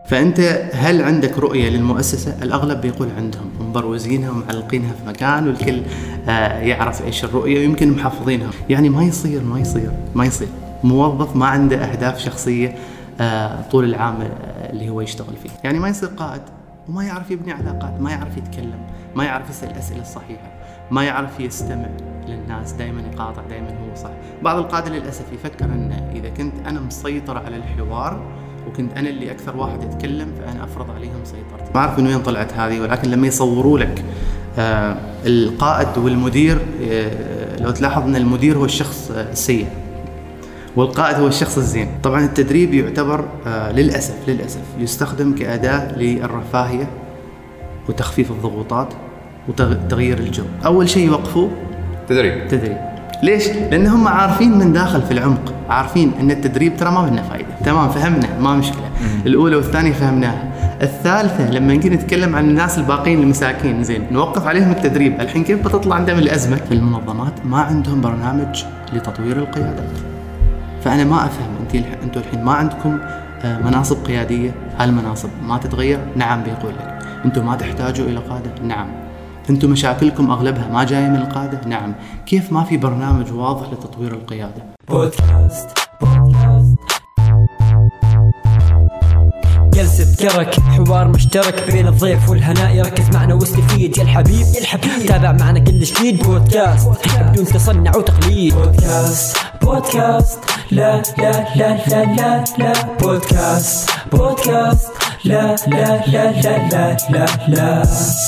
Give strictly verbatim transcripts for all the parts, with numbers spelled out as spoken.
فأنت هل عندك رؤية للمؤسسة؟ الأغلب بيقول عندهم، مبروزينها ومعلقينها في مكان والكل آه يعرف إيش الرؤية ويمكن محافظينها. يعني ما يصير ما يصير ما يصير موظف ما عنده أهداف شخصية آه طول العام اللي هو يشتغل فيه. يعني ما يصير قائد وما يعرف يبني علاقات، ما يعرف يتكلم، ما يعرف يسأل الأسئلة الصحيحة، ما يعرف يستمع للناس، دائما يقاطع، دائما هو صح. بعض القادة للأسف يفكر أن إذا كنت أنا مسيطر على الحوار وكنت أنا اللي أكثر واحد يتكلم فأنا أفرض عليهم سيطرتي. ما أعرف من وين طلعت هذه، ولكن لما يصوروا لك آه القائد والمدير، آه لو تلاحظ أن المدير هو الشخص السيء والقائد هو الشخص الزين. طبعا التدريب يعتبر آه للأسف للأسف يستخدم كأداة للرفاهية وتخفيف الضغوطات وتغيير الجو. أول شيء يوقفوا تدريب تدريب ليش؟ لأن هم عارفين من داخل في العمق، عارفين أن التدريب ترى ما منه فايدة. تمام، فهمنا، ما مشكلة. الأولى والثانية فهمناها. الثالثة لما نجي نتكلم عن الناس الباقين المساكين، زين نوقف عليهم التدريب. الحين كيف بتطلع عندهم الأزمة؟ في المنظمات ما عندهم برنامج لتطوير القيادات. فأنا ما أفهم، أنت أنتوا الحين ما عندكم مناصب قيادية؟ هالمناصب ما تتغير؟ نعم بيقول لك. أنتوا ما تحتاجوا إلى قادة؟ نعم. أنتم مشاكلكم أغلبها ما جاية من القادة؟ نعم. كيف ما في برنامج واضح لتطوير القيادة؟ بودكاست بودكاست جلسة كرك، حوار مشترك بين الضيف والهناء، يركز معنا واستفيد يا الحبيب يا الحبيب. تابع معنا كل جديد، بودكاست بدون تصنع وتقليد. بودكاست بودكاست لا لا لا لا لا لا بودكاست بودكاست لا لا لا لا لا لا لا.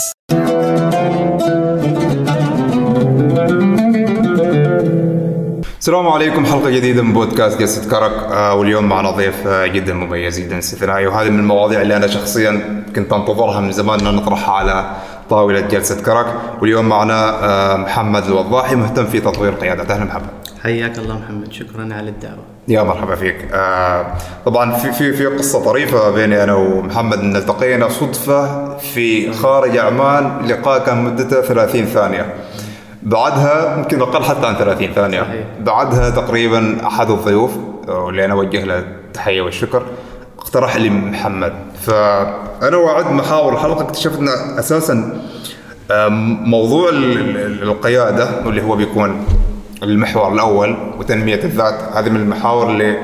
السلام عليكم، حلقة جديدة من بودكاست جلسة كرك. آه واليوم معنا ضيف آه جدا مميز جدا استثنائي، وهذه من المواضيع اللي أنا شخصيا كنت أنتظرها من زمان أن نطرحها على طاولة جلسة كرك. واليوم معنا آه محمد الوضاحي، مهتم في تطوير قيادة. أهلا محمد. حياك الله محمد، شكرا على الدعوة. يا مرحبا فيك. آه طبعا في في في قصة طريفة بيني أنا ومحمد، إن التقينا صدفة في خارج أعمال، لقاء كان مدته ثلاثين ثانية. بعدها يمكن أقل حتى عن ثلاثين ثانية. صحيح. بعدها تقريبا أحد الضيوف واللي أنا أوجه له التحية والشكر اقترح لي محمد، فأنا وعد محاور الحلقة اكتشفت أن أساسا موضوع القيادة واللي هو بيكون المحور الأول وتنمية الذات، هذه من المحاور اللي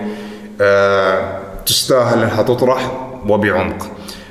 تستاهل أنها تطرح وبعمق.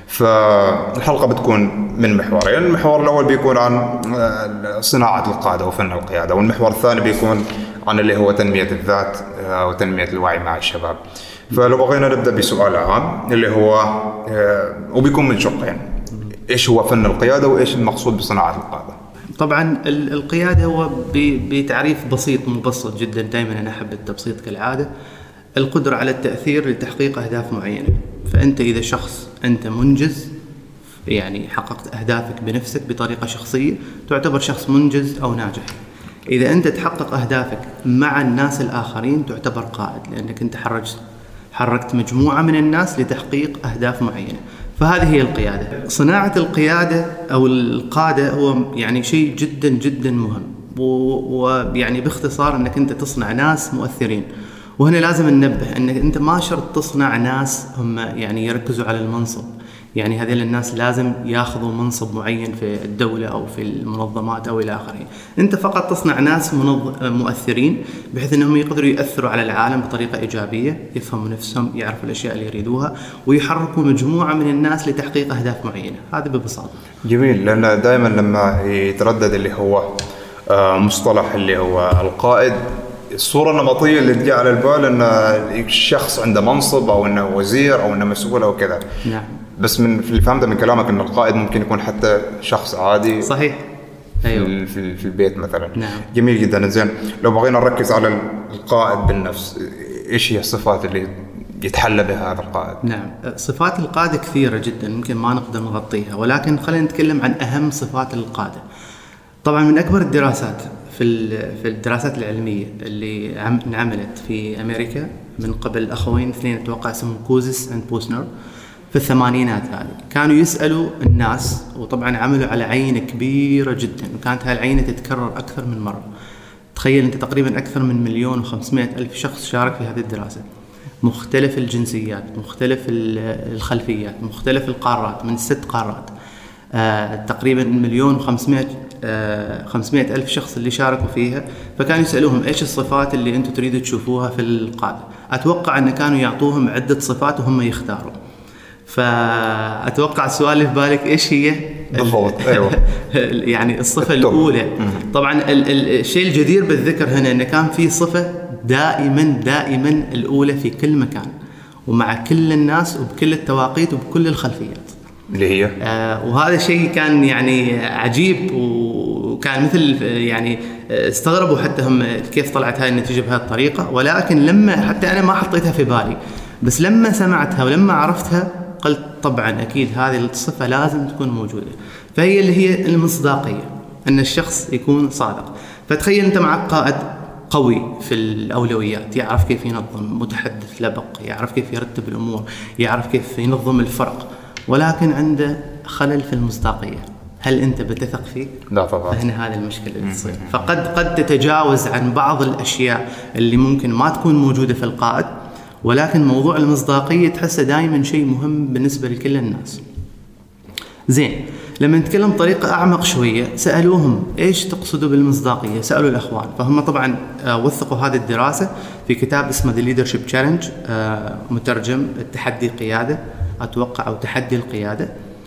فالحلقة بتكون من محورين، المحور الأول بيكون عن صناعة القادة وفن القيادة، والمحور الثاني بيكون عن اللي هو تنمية الذات وتنمية الوعي مع الشباب. فلو بغينا نبدأ بسؤال عام اللي هو وبيكون من شقين، إيش هو فن القيادة وإيش المقصود بصناعة القادة؟ طبعا القيادة هو بتعريف بسيط مبسط جدا، دائما أنا أحب التبسيط كالعادة، القدرة على التأثير لتحقيق أهداف معينة. فأنت إذا شخص أنت منجز، يعني حققت أهدافك بنفسك بطريقة شخصية، تعتبر شخص منجز أو ناجح. إذا أنت تحقق أهدافك مع الناس الآخرين تعتبر قائد، لأنك أنت حرجت حركت مجموعة من الناس لتحقيق أهداف معينة. فهذه هي القيادة. صناعة القيادة أو القادة هو يعني شيء جدا جدا مهم، ويعني باختصار أنك أنت تصنع ناس مؤثرين. وهنا لازم ننبه أنك أنت ما شرط تصنع ناس هم يعني يركزوا على المنصب، يعني هذه الناس لازم ياخذوا منصب معين في الدولة أو في المنظمات أو إلى آخره. أنت فقط تصنع ناس مؤثرين بحيث أنهم يقدروا يأثروا على العالم بطريقة إيجابية، يفهموا نفسهم، يعرفوا الأشياء اللي يريدوها، ويحركوا مجموعة من الناس لتحقيق أهداف معينة. هذا ببساطة. جميل، لأن دائما لما يتردد اللي هو مصطلح اللي هو القائد، الصورة النمطية اللي تجي على البال أن الشخص عنده منصب أو أنه وزير أو أنه مسؤول أو كذا. نعم. بس من اللي فهمته من كلامك أن القائد ممكن يكون حتى شخص عادي. صحيح. أيوة. في في البيت مثلا. نعم. جميل جدا. زين، لو بغينا نركز على القائد بالنفس، إيش هي الصفات اللي يتحلى بها هذا القائد؟ نعم، صفات القادة كثيرة جدا ممكن ما نقدر نغطيها، ولكن خلينا نتكلم عن أهم صفات القادة. طبعا من أكبر الدراسات في في الدراسات العلمية اللي انعملت في أمريكا من قبل أخوين اثنين أتوقع اسمهم كوزيس اند بوسنر في الثمانينات، هذه كانوا يسألوا الناس، وطبعا عملوا على عينة كبيرة جدا، وكانت هالعينة تتكرر أكثر من مرة. تخيل أنت تقريبا أكثر من مليون وخمسمائة ألف شخص شارك في هذه الدراسة. مختلف الجنسيات، مختلف الخلفيات، مختلف القارات، من ست قارات. آه تقريبا مليون وخمسمائة آه خمسمائة ألف شخص اللي شاركوا فيها. فكانوا يسألوهم إيش الصفات اللي أنتم تريدوا تشوفوها في القادة. أتوقع أن كانوا يعطوهم عدة صفات وهم يختاروا. فأتوقع السؤال اللي في بالك إيش هي بالضبط. أيوة. يعني الصفة الأولى. طبعا الشيء الجدير بالذكر هنا أن كان في صفة دائما دائما الأولى في كل مكان ومع كل الناس وبكل التواقيت وبكل الخلفيات، اللي هي آه وهذا شيء كان يعني عجيب، وكان مثل يعني استغربوا حتى هم كيف طلعت هاي النتيجة بهذه الطريقة. ولكن لما حتى أنا ما حطيتها في بالي، بس لما سمعتها ولما عرفتها قلت طبعا أكيد هذه الصفة لازم تكون موجودة. فهي اللي هي المصداقية، أن الشخص يكون صادق. فتخيل أنت معك قائد قوي في الأولويات، يعرف كيف ينظم، متحدث لبق، يعرف كيف يرتب الأمور، يعرف كيف ينظم الفرق، ولكن عنده خلل في المصداقية. هل أنت بتثق فيه؟ لا طبعا. فهنا هذا المشكلة اللي تصير. فقد قد تتجاوز عن بعض الأشياء اللي ممكن ما تكون موجودة في القائد، ولكن موضوع المصداقية تحسه دائما شيء مهم بالنسبة لكل الناس. زين، لما نتكلم بطريقة أعمق شوية، سألوهم إيش تقصدوا بالمصداقية؟ سألوا الأخوان. فهم طبعا وثقوا هذه الدراسة في كتاب اسمه The Leadership Challenge، مترجم التحدي قيادة أتوقع، أو تحدي القيادة.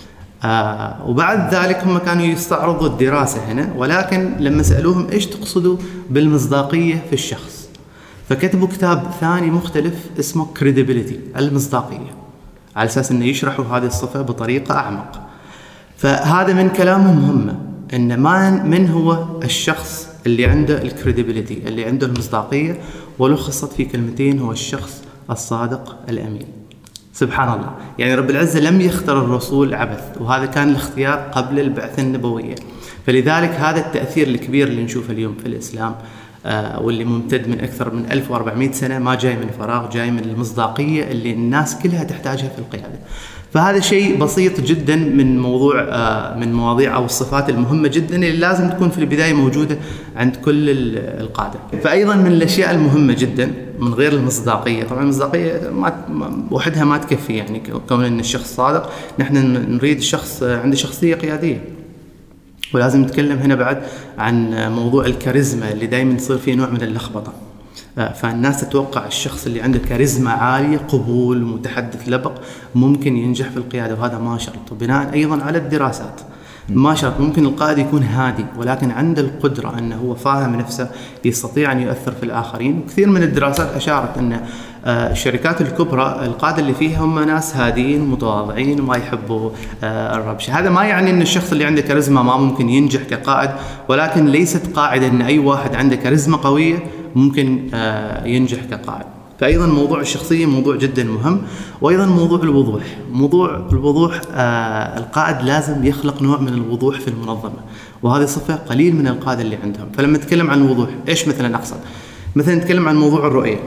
وبعد ذلك هم كانوا يستعرضوا الدراسة هنا، ولكن لما سألوهم إيش تقصدوا بالمصداقية في الشخص، فكتبوا كتاب ثاني مختلف اسمه Credibility، المصداقية، على أساس أنه يشرحوا هذه الصفة بطريقة أعمق. فهذا من كلامهم هم، إن ما من هو الشخص اللي عنده الكريديبيليتي، اللي عنده المصداقية، ولخصت في كلمتين: هو الشخص الصادق الأمين. سبحان الله، يعني رب العزة لم يختار الرسول عبث، وهذا كان الاختيار قبل البعثة النبوية. فلذلك هذا التأثير الكبير اللي نشوفه اليوم في الإسلام آه واللي ممتد من أكثر من ألف وأربعمائة سنة ما جاي من فراغ، جاي من المصداقية اللي الناس كلها تحتاجها في القيادة. فهذا شيء بسيط جدا من موضوع آه من مواضيع أو الصفات المهمة جدا اللي لازم تكون في البداية موجودة عند كل القادة. فأيضا من الأشياء المهمة جدا من غير المصداقية، طبعا المصداقية ما وحدها ما تكفي، يعني كون أن الشخص صادق، نحن نريد شخص عنده شخصية قيادية. ولازم نتكلم هنا بعد عن موضوع الكاريزما اللي دائما يصير فيه نوع من اللخبطة. فالناس تتوقع الشخص اللي عنده كاريزما عالية، قبول، متحدث لبق، ممكن ينجح في القيادة، وهذا ما شرط. وبناء أيضا على الدراسات ما شرط. ممكن القائد يكون هادي ولكن عنده القدرة أنه هو فاهم نفسه، يستطيع أن يؤثر في الآخرين. كثير من الدراسات أشارت أن الشركات الكبرى القادة اللي فيها هم ناس هادين متواضعين وما يحبوا الربش. هذا ما يعني أن الشخص اللي عنده كاريزما ما ممكن ينجح كقائد، ولكن ليست قاعدة أن أي واحد عنده كاريزما قوية ممكن ينجح كقائد. فأيضا موضوع الشخصية موضوع جدا مهم. وأيضا موضوع الوضوح، موضوع الوضوح آه القائد لازم يخلق نوع من الوضوح في المنظمة، وهذه صفة قليل من القادة اللي عندهم. فلما نتكلم عن الوضوح إيش مثلا أقصد؟ مثلا نتكلم عن موضوع الرؤية.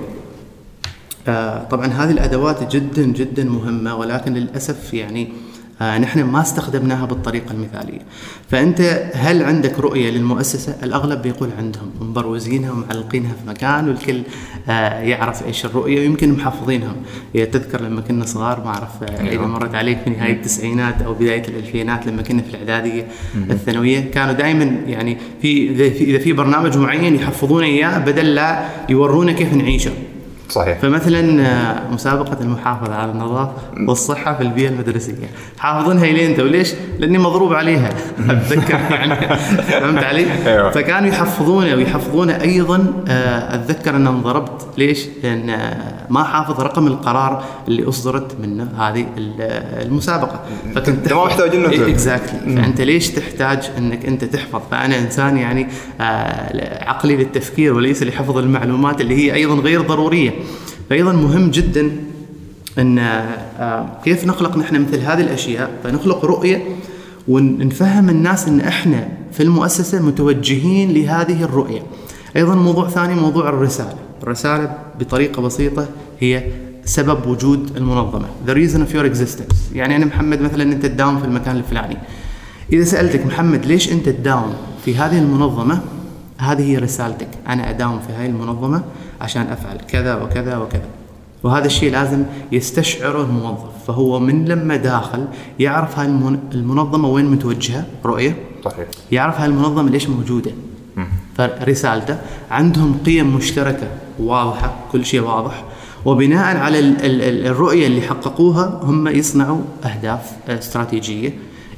آه طبعا هذه الأدوات جدا جدا مهمة، ولكن للأسف يعني آه نحن ما استخدمناها بالطريقة المثالية. فأنت هل عندك رؤية للمؤسسة؟ الأغلب بيقول عندهم، مبروزينها ومعلقينها في مكان، والكل آه يعرف إيش الرؤية، ويمكن محافظينهم. تذكر لما كنا صغار، ما أعرف آه إذا مرت عليك في نهاية التسعينات أو بداية الألفينات، لما كنا في الإعدادية الثانوية، كانوا دائما يعني في إذا في برنامج معين يحفظون إياه بدل لا يورونا كيف نعيشه. صحيح. فمثلا مسابقة المحافظة على النظافة والصحة في البيئة المدرسية، حافظونها لين انت، وليش؟ لاني مضروب عليها اتذكر يعني فهمت علي؟ فكانوا يحفظونه ويحفظونه ايضا. اتذكر ان انضربت، ليش؟ لان ما حافظ رقم القرار اللي اصدرت منه هذه المسابقة. فكنت ما محتاج انه اكزاكتلي. فانت ليش تحتاج انك انت تحفظ؟ فانا انسان يعني عقلي للتفكير وليس لحفظ المعلومات اللي هي ايضا غير ضرورية. فأيضا مهم جدا أن كيف نخلق نحن مثل هذه الأشياء، فنخلق رؤية ونفهم الناس أن إحنا في المؤسسة متوجهين لهذه الرؤية. أيضا موضوع ثاني موضوع الرسالة. الرسالة بطريقة بسيطة هي سبب وجود المنظمة، the reason of your existence. يعني أنا محمد مثلا أنت تداوم في المكان الفلاني، إذا سألتك محمد ليش أنت تداوم في هذه المنظمة، هذه هي رسالتك. أنا أداوم في هذه المنظمة عشان أفعل كذا وكذا وكذا. وهذا الشيء لازم يستشعره الموظف. فهو من لما داخل يعرف هاي المنظمة وين متوجهة، رؤية صحيح، يعرف هاي المنظمة ليش موجودة، م. فرسالته عندهم قيم مشتركة واضحة، كل شيء واضح، وبناء على ال ال الرؤية اللي حققوها هم يصنعوا أهداف استراتيجية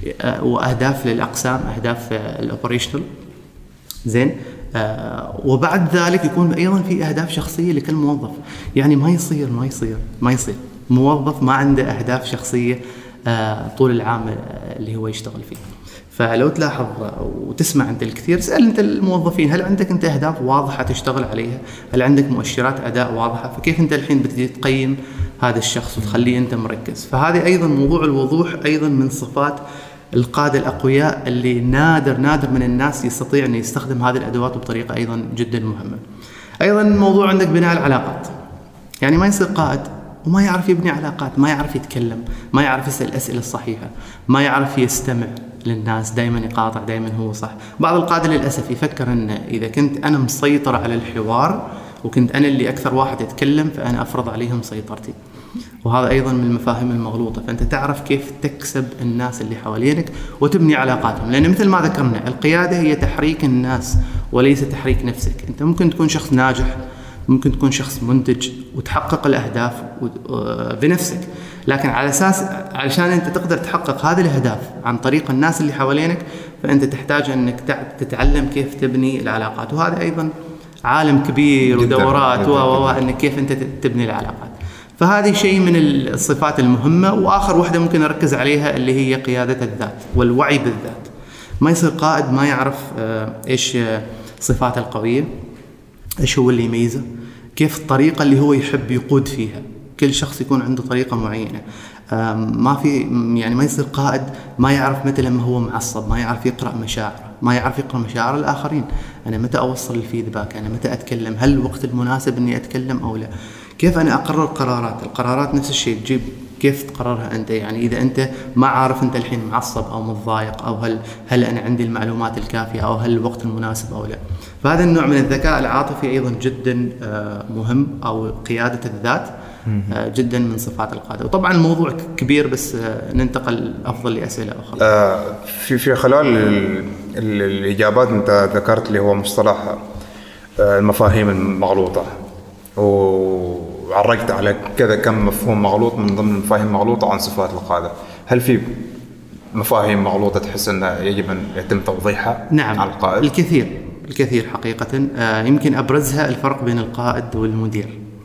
وأهداف للأقسام، أهداف الأوبريشنال. زين. آه وبعد ذلك يكون أيضا في أهداف شخصية لكل موظف. يعني ما يصير ما يصير ما يصير موظف ما عنده أهداف شخصية آه طول العام اللي هو يشتغل فيه. فلو تلاحظ وتسمع أنت الكثير، اسأل أنت الموظفين، هل عندك أنت أهداف واضحة تشتغل عليها؟ هل عندك مؤشرات أداء واضحة؟ فكيف أنت الحين بتجي تقيم هذا الشخص وتخليه أنت مركز؟ فهذه أيضا موضوع الوضوح أيضا من صفات القادة الأقوياء اللي نادر نادر من الناس يستطيع أن يستخدم هذه الأدوات بطريقة أيضا جدا مهمة. أيضا الموضوع عندك بناء العلاقات. يعني ما يصير قائد وما يعرف يبني علاقات، ما يعرف يتكلم، ما يعرف يسأل الأسئلة الصحيحة، ما يعرف يستمع للناس، دائما يقاطع، دائما هو صح. بعض القادة للأسف يفكر أن إذا كنت أنا مسيطر على الحوار وكنت أنا اللي أكثر واحد يتكلم فأنا أفرض عليهم سيطرتي، وهذا أيضا من المفاهيم المغلوطة. فأنت تعرف كيف تكسب الناس اللي حوالينك وتبني علاقاتهم، لأن مثل ما ذكرنا القيادة هي تحريك الناس وليس تحريك نفسك. أنت ممكن تكون شخص ناجح، ممكن تكون شخص منتج وتحقق الأهداف بنفسك، لكن على أساس علشان أنت تقدر تحقق هذه الأهداف عن طريق الناس اللي حوالينك فأنت تحتاج أنك تتعلم كيف تبني العلاقات. وهذا أيضا عالم كبير ودورات وأنك كيف أنت تبني العلاقات. فهذه شيء من الصفات المهمة. وآخر واحدة ممكن أركز عليها اللي هي قيادة الذات والوعي بالذات. ما يصير قائد ما يعرف إيش صفاته القوية، إيش هو اللي يميزه، كيف الطريقة اللي هو يحب يقود فيها. كل شخص يكون عنده طريقة معينة. ما في يعني ما يصير قائد ما يعرف متى لما هو معصب ما يعرف يقرأ مشاعره، ما يعرف يقرأ مشاعر الآخرين. أنا متى أوصل الفيدباك، أنا متى أتكلم، هل الوقت المناسب إني أتكلم أو لا، كيف أنا أقرر قرارات. القرارات نفس الشيء تجيب كيف تقررها أنت. يعني إذا أنت ما عارف أنت الحين معصب أو متضايق أو هل هل أنا عندي المعلومات الكافية أو هل الوقت المناسب أو لا. فهذا النوع من الذكاء العاطفي أيضا جدا مهم، أو قيادة الذات جدا من صفات القادة. وطبعا الموضوع كبير بس ننتقل أفضل لأسئلة أخرى. آه في في خلال ال ال الإجابات أنت ذكرت اللي هو مصطلح المفاهيم المغلوطة، وعرجت على كذا كم مفهوم مغلوط من ضمن المفاهيم المغلوطة عن صفات القادة. هل في مفاهيم مغلوطة تحس أن يجب أن يتم توضيحها؟ نعم، على القائد؟ الكثير الكثير حقيقة. آه يمكن أبرزها الفرق بين القائد والمدير.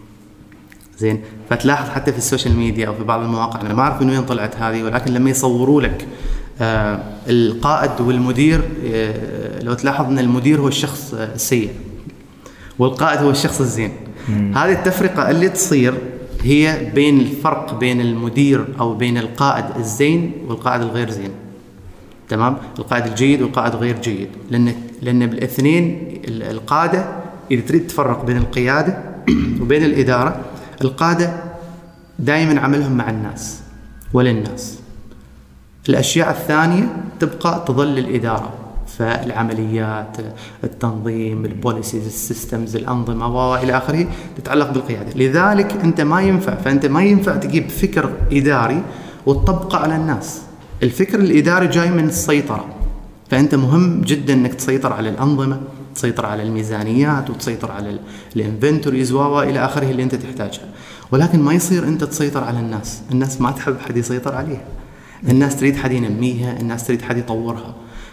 زين. فتلاحظ حتى في السوشيال ميديا أو في بعض المواقع، أنا ما أعرف من وين طلعت هذه، ولكن لما يصوروا لك آه القائد والمدير، آه لو تلاحظ أن المدير هو الشخص السيء والقائد هو الشخص الزين. هذه التفرقة اللي تصير هي بين الفرق بين المدير أو بين القائد الزين والقائد الغير زين. تمام؟ القائد الجيد والقائد غير جيد، لأن لأن بالاثنين القادة إذا تريد تفرق بين القيادة وبين الإدارة، القادة دائما عملهم مع الناس وللناس. الأشياء الثانية تبقى تظل الإدارة، فالعمليات، التنظيم، البوليسيز، السيستمز، الأنظمة وإلى آخره تتعلق بالقيادة. لذلك أنت ما ينفع فأنت ما ينفع تجيب فكر إداري وتطبقه على الناس. الفكر الإداري جاي من السيطرة، فأنت مهم جدا أنك تسيطر على الأنظمة، تسيطر على الميزانيات، وتسيطر على الانفنتوريز وإلى آخره اللي أنت تحتاجها. ولكن ما يصير أنت تسيطر على الناس. الناس ما تحب حد يسيطر عليها، الناس تريد حد ينميها، الناس تريد حد يطورها.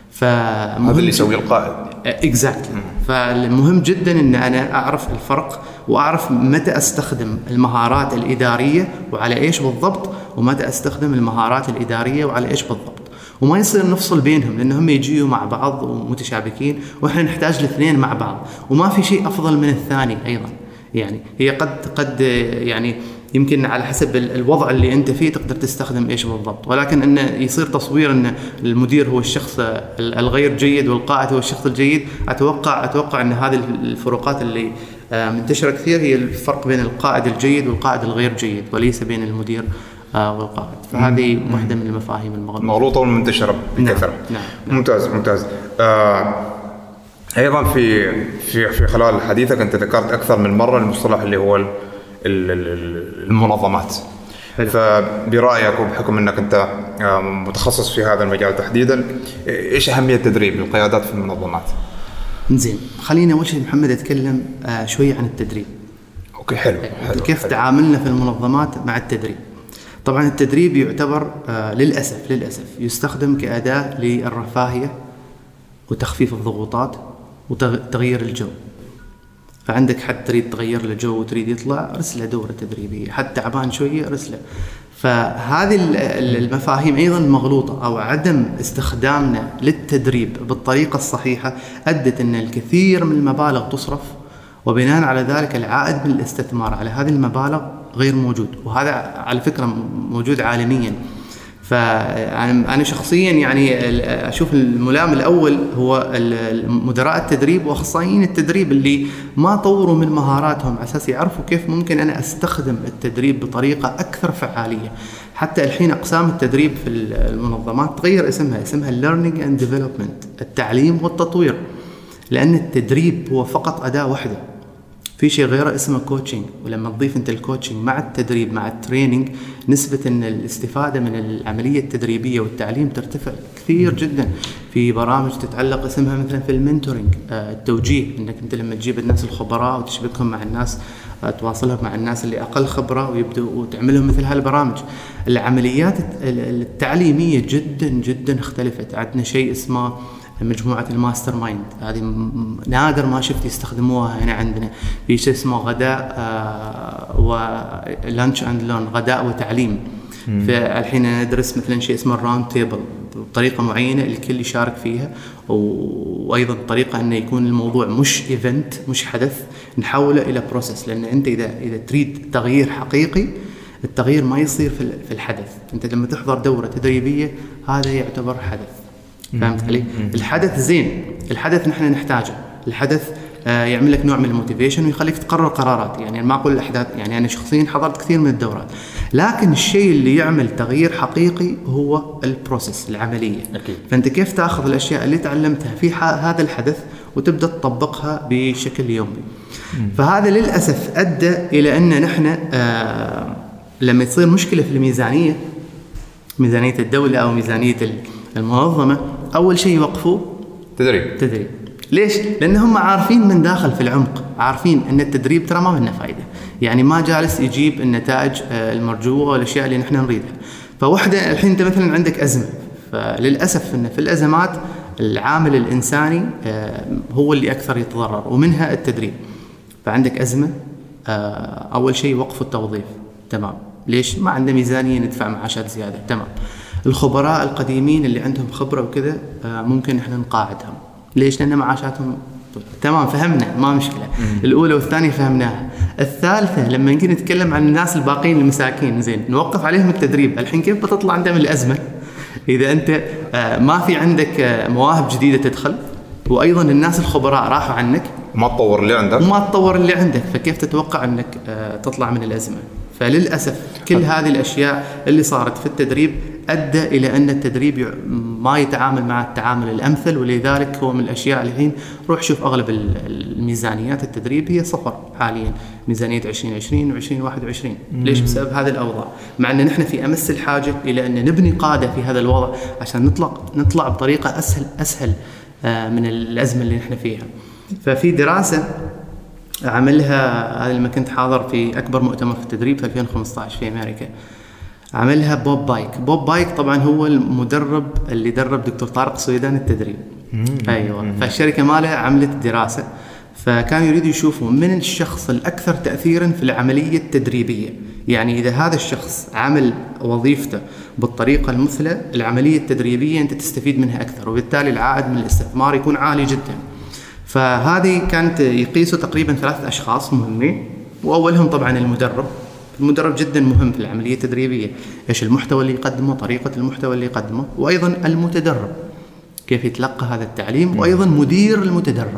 هذا اللي يسوي القائد. exactly. فالمهم جدا ان انا اعرف الفرق واعرف متى استخدم المهارات الاداريه وعلى ايش بالضبط، ومتى استخدم المهارات الاداريه وعلى ايش بالضبط، وما يصير نفصل بينهم لانهم يجيوا مع بعض ومتشابكين، واحنا نحتاج الاثنين مع بعض، وما في شيء افضل من الثاني ايضا. يعني هي قد قد يعني يمكن على حسب الوضع اللي انت فيه تقدر تستخدم ايش بالضبط، ولكن انه يصير تصوير ان المدير هو الشخص الغير جيد والقائد هو الشخص الجيد. اتوقع اتوقع ان هذه الفروقات اللي منتشره كثير هي الفرق بين القائد الجيد والقائد الغير جيد، وليس بين المدير والقائد. فهذه واحده من المفاهيم المغلوطه مغلوطه والمنتشره بكثره. نعم. نعم. ممتاز ممتاز. آه ايضا في في في خلال حديثك انت ذكرت اكثر من مره المصطلح اللي هو المنظمات. حلو. فبرأيك وبحكم أنك أنت متخصص في هذا المجال تحديدا، إيش أهمية تدريب القيادات في المنظمات؟ زين، خلينا أول شيء محمد أتكلم شوي عن التدريب. أوكي حلو. حلو. كيف حلو. تعاملنا في المنظمات مع التدريب. طبعا التدريب يعتبر للأسف للأسف يستخدم كأداة للرفاهية وتخفيف الضغوطات وتغيير الجو. فعندك حد تريد تغير الجو وتريد يطلع، رسله دورة تدريبية. حد تعبان شوية، رسله. فهذه المفاهيم أيضا مغلوطة، أو عدم استخدامنا للتدريب بالطريقة الصحيحة أدت أن الكثير من المبالغ تصرف، وبناء على ذلك العائد من الاستثمار على هذه المبالغ غير موجود. وهذا على فكرة موجود عالميا. فأنا شخصيا يعني أشوف الملام الأول هو مدراء التدريب وأخصائيين التدريب اللي ما طوروا من مهاراتهم على أساس يعرفوا كيف ممكن أنا أستخدم التدريب بطريقة أكثر فعالية. حتى الحين أقسام التدريب في المنظمات تغير اسمها اسمها Learning and Development، التعليم والتطوير، لأن التدريب هو فقط أداة واحدة. في شيء غيره اسمه كوتشنج، ولما تضيف انت الكوتشنج مع التدريب مع التريننج، نسبة ان الاستفادة من العملية التدريبية والتعليم ترتفع كثير جدا. في برامج تتعلق اسمها مثلا في المنتورنج، التوجيه، انك انت لما تجيب الناس الخبراء وتشبكهم مع الناس، تواصلهم مع الناس اللي اقل خبرة ويبدأوا وتعملهم مثل هالبرامج. العمليات التعليمية جدا جدا اختلفت. عندنا شيء اسمه مجموعة الماستر مايند، هذه نادر ما شفت يستخدموها هنا عندنا. في شيء اسمه غداء آه ولانش اند ليرن، غداء وتعليم. فالحين ندرس مثلا شيء اسمه الراوند تيبل بطريقة معينة الكل يشارك فيها، وأيضا طريقة أنه يكون الموضوع مش إيفنت، مش حدث، نحوله إلى بروسس. لأن أنت إذا إذا تريد تغيير حقيقي، التغيير ما يصير في الحدث. أنت لما تحضر دورة تدريبية هذا يعتبر حدث. فهمت علي؟ الحدث زين، الحدث نحن نحتاجه. الحدث آه يعمل لك نوع من الموتيفيشن ويخليك تقرر قرارات. يعني ما أقول الأحداث، يعني أنا شخصيا حضرت كثير من الدورات، لكن الشيء اللي يعمل تغيير حقيقي هو البروسيس، العملية. أكيد. فأنت كيف تأخذ الأشياء اللي تعلمتها في هذا الحدث وتبدأ تطبقها بشكل يومي. مم. فهذا للأسف أدى إلى أن نحن آه لما تصير مشكلة في الميزانية، ميزانية الدولة أو ميزانية المنظمة، أول شيء يوقفوا تدريب. تدريب. ليش؟ لأنهم عارفين من داخل في العمق، عارفين أن التدريب ترى ما منه فائدة، يعني ما جالس يجيب النتائج المرجوة والأشياء اللي نحن نريدها. فوحدة الحين أنت مثلا عندك أزمة، فللأسف أن في الأزمات العامل الإنساني هو اللي أكثر يتضرر، ومنها التدريب. فعندك أزمة، أول شيء وقف التوظيف. تمام. ليش؟ ما عنده ميزانية ندفع معاشات زيادة. تمام. الخبراء القديمين اللي عندهم خبرة وكذا ممكن احنا نقاعدهم. ليش؟ لأن معاشاتهم تمام. فهمنا، ما مشكلة. مم. الأولى والثانية فهمناها. الثالثة لما نجي نتكلم عن الناس الباقين المساكين، زين نوقف عليهم التدريب. الحين كيف بتطلع عندهم الأزمة إذا أنت ما في عندك مواهب جديدة تدخل، وأيضا الناس الخبراء راحوا عنك، ما تطور اللي عندك وما تطور اللي عندك، فكيف تتوقع أنك تطلع من الأزمة؟ فللأسف كل هذه الأشياء اللي صارت في التدريب أدى إلى أن التدريب ما يتعامل مع التعامل الأمثل. ولذلك هو من الأشياء اللي الحين روح شوف أغلب الميزانيات التدريب هي صفر حاليا، ميزانية عشرين عشرين وعشرين واحد وعشرين. ليش؟ بسبب هذه الأوضاع، مع أن نحن في أمس الحاجة إلى أن نبني قادة في هذا الوضع عشان نطلع نطلع بطريقة أسهل أسهل من الأزمة اللي نحن فيها. ففي دراسة عملها، هذا لما كنت حاضر في أكبر مؤتمر في التدريب في ألفين وخمسة عشر في أمريكا، عملها بوب بايك. بوب بايك طبعا هو المدرب اللي درب دكتور طارق سويدان التدريب. أيوة. فالشركة ماله عملت دراسة، فكانوا يريدوا يشوفوا من الشخص الأكثر تأثيرا في العملية التدريبية. يعني إذا هذا الشخص عمل وظيفته بالطريقة المثلى، العملية التدريبية أنت تستفيد منها أكثر، وبالتالي العائد من الاستثمار يكون عالي جدا. فهذه كانت يقيسوا تقريبا ثلاثة أشخاص مهمين، وأولهم طبعا المدرب. المدرب جدا مهم في العملية التدريبية، إيش المحتوى اللي يقدمه، طريقة المحتوى اللي يقدمه، وأيضا المتدرب كيف يتلقى هذا التعليم، وأيضا مدير المتدرب.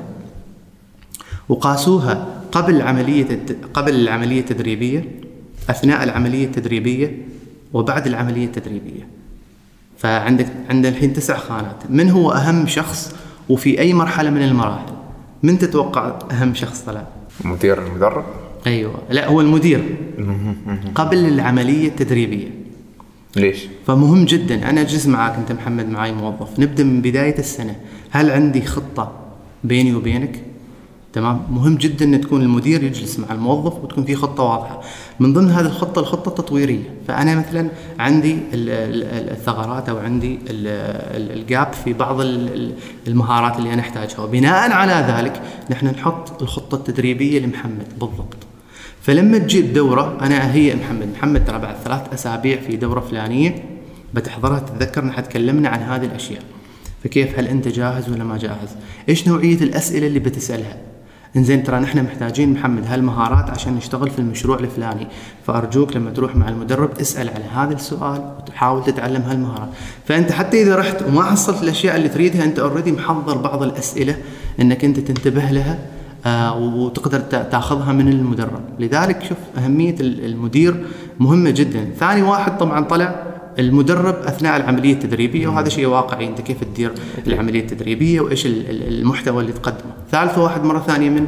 وقاسوها قبل عملية قبل العملية التدريبية، أثناء العملية التدريبية، وبعد العملية التدريبية. فعندك عند الحين تسع خانات. من هو أهم شخص وفي أي مرحلة من المراحل؟ من تتوقع أهم شخص طلع؟ مدير المدرب. أيوة، لا هو المدير قبل العملية التدريبية. ليش؟ فمهم جدا أنا أجلس معاك أنت محمد، معاي موظف، نبدأ من بداية السنة، هل عندي خطة بيني وبينك؟ تمام. مهم جدا أن تكون المدير يجلس مع الموظف وتكون في خطة واضحة. من ضمن هذه الخطة الخطة التطويرية. فأنا مثلا عندي الثغرات أو عندي الجاب في بعض المهارات اللي أنا أحتاجها، وبناء على ذلك نحن نحط الخطة التدريبية لمحمد بالضبط. فلما تجي الدورة أنا أهيئ محمد محمد ترى بعد ثلاث أسابيع في دورة فلانية بتحضرها، تتذكر نحن تكلمنا عن هذه الأشياء، فكيف هل أنت جاهز ولا ما جاهز؟ إيش نوعية الأسئلة اللي بتسألها؟ إنزين ترى نحن محتاجين محمد هالمهارات عشان نشتغل في المشروع الفلاني، فأرجوك لما تروح مع المدرب اسأل على هذا السؤال وتحاول تتعلم هالمهارات. فأنت حتى إذا رحت وما حصلت الأشياء اللي تريدها أنت أوريدي محضر بعض الأسئلة إنك أنت تنتبه لها آه وتقدر تأخذها من المدرب. لذلك شوف أهمية المدير مهمة جدا. ثاني واحد طبعا طلع المدرب أثناء العملية التدريبية، وهذا شيء واقعي، أنت كيف تدير العملية التدريبية وإيش المحتوى اللي تقدمه. ثالث واحد مرة ثانية من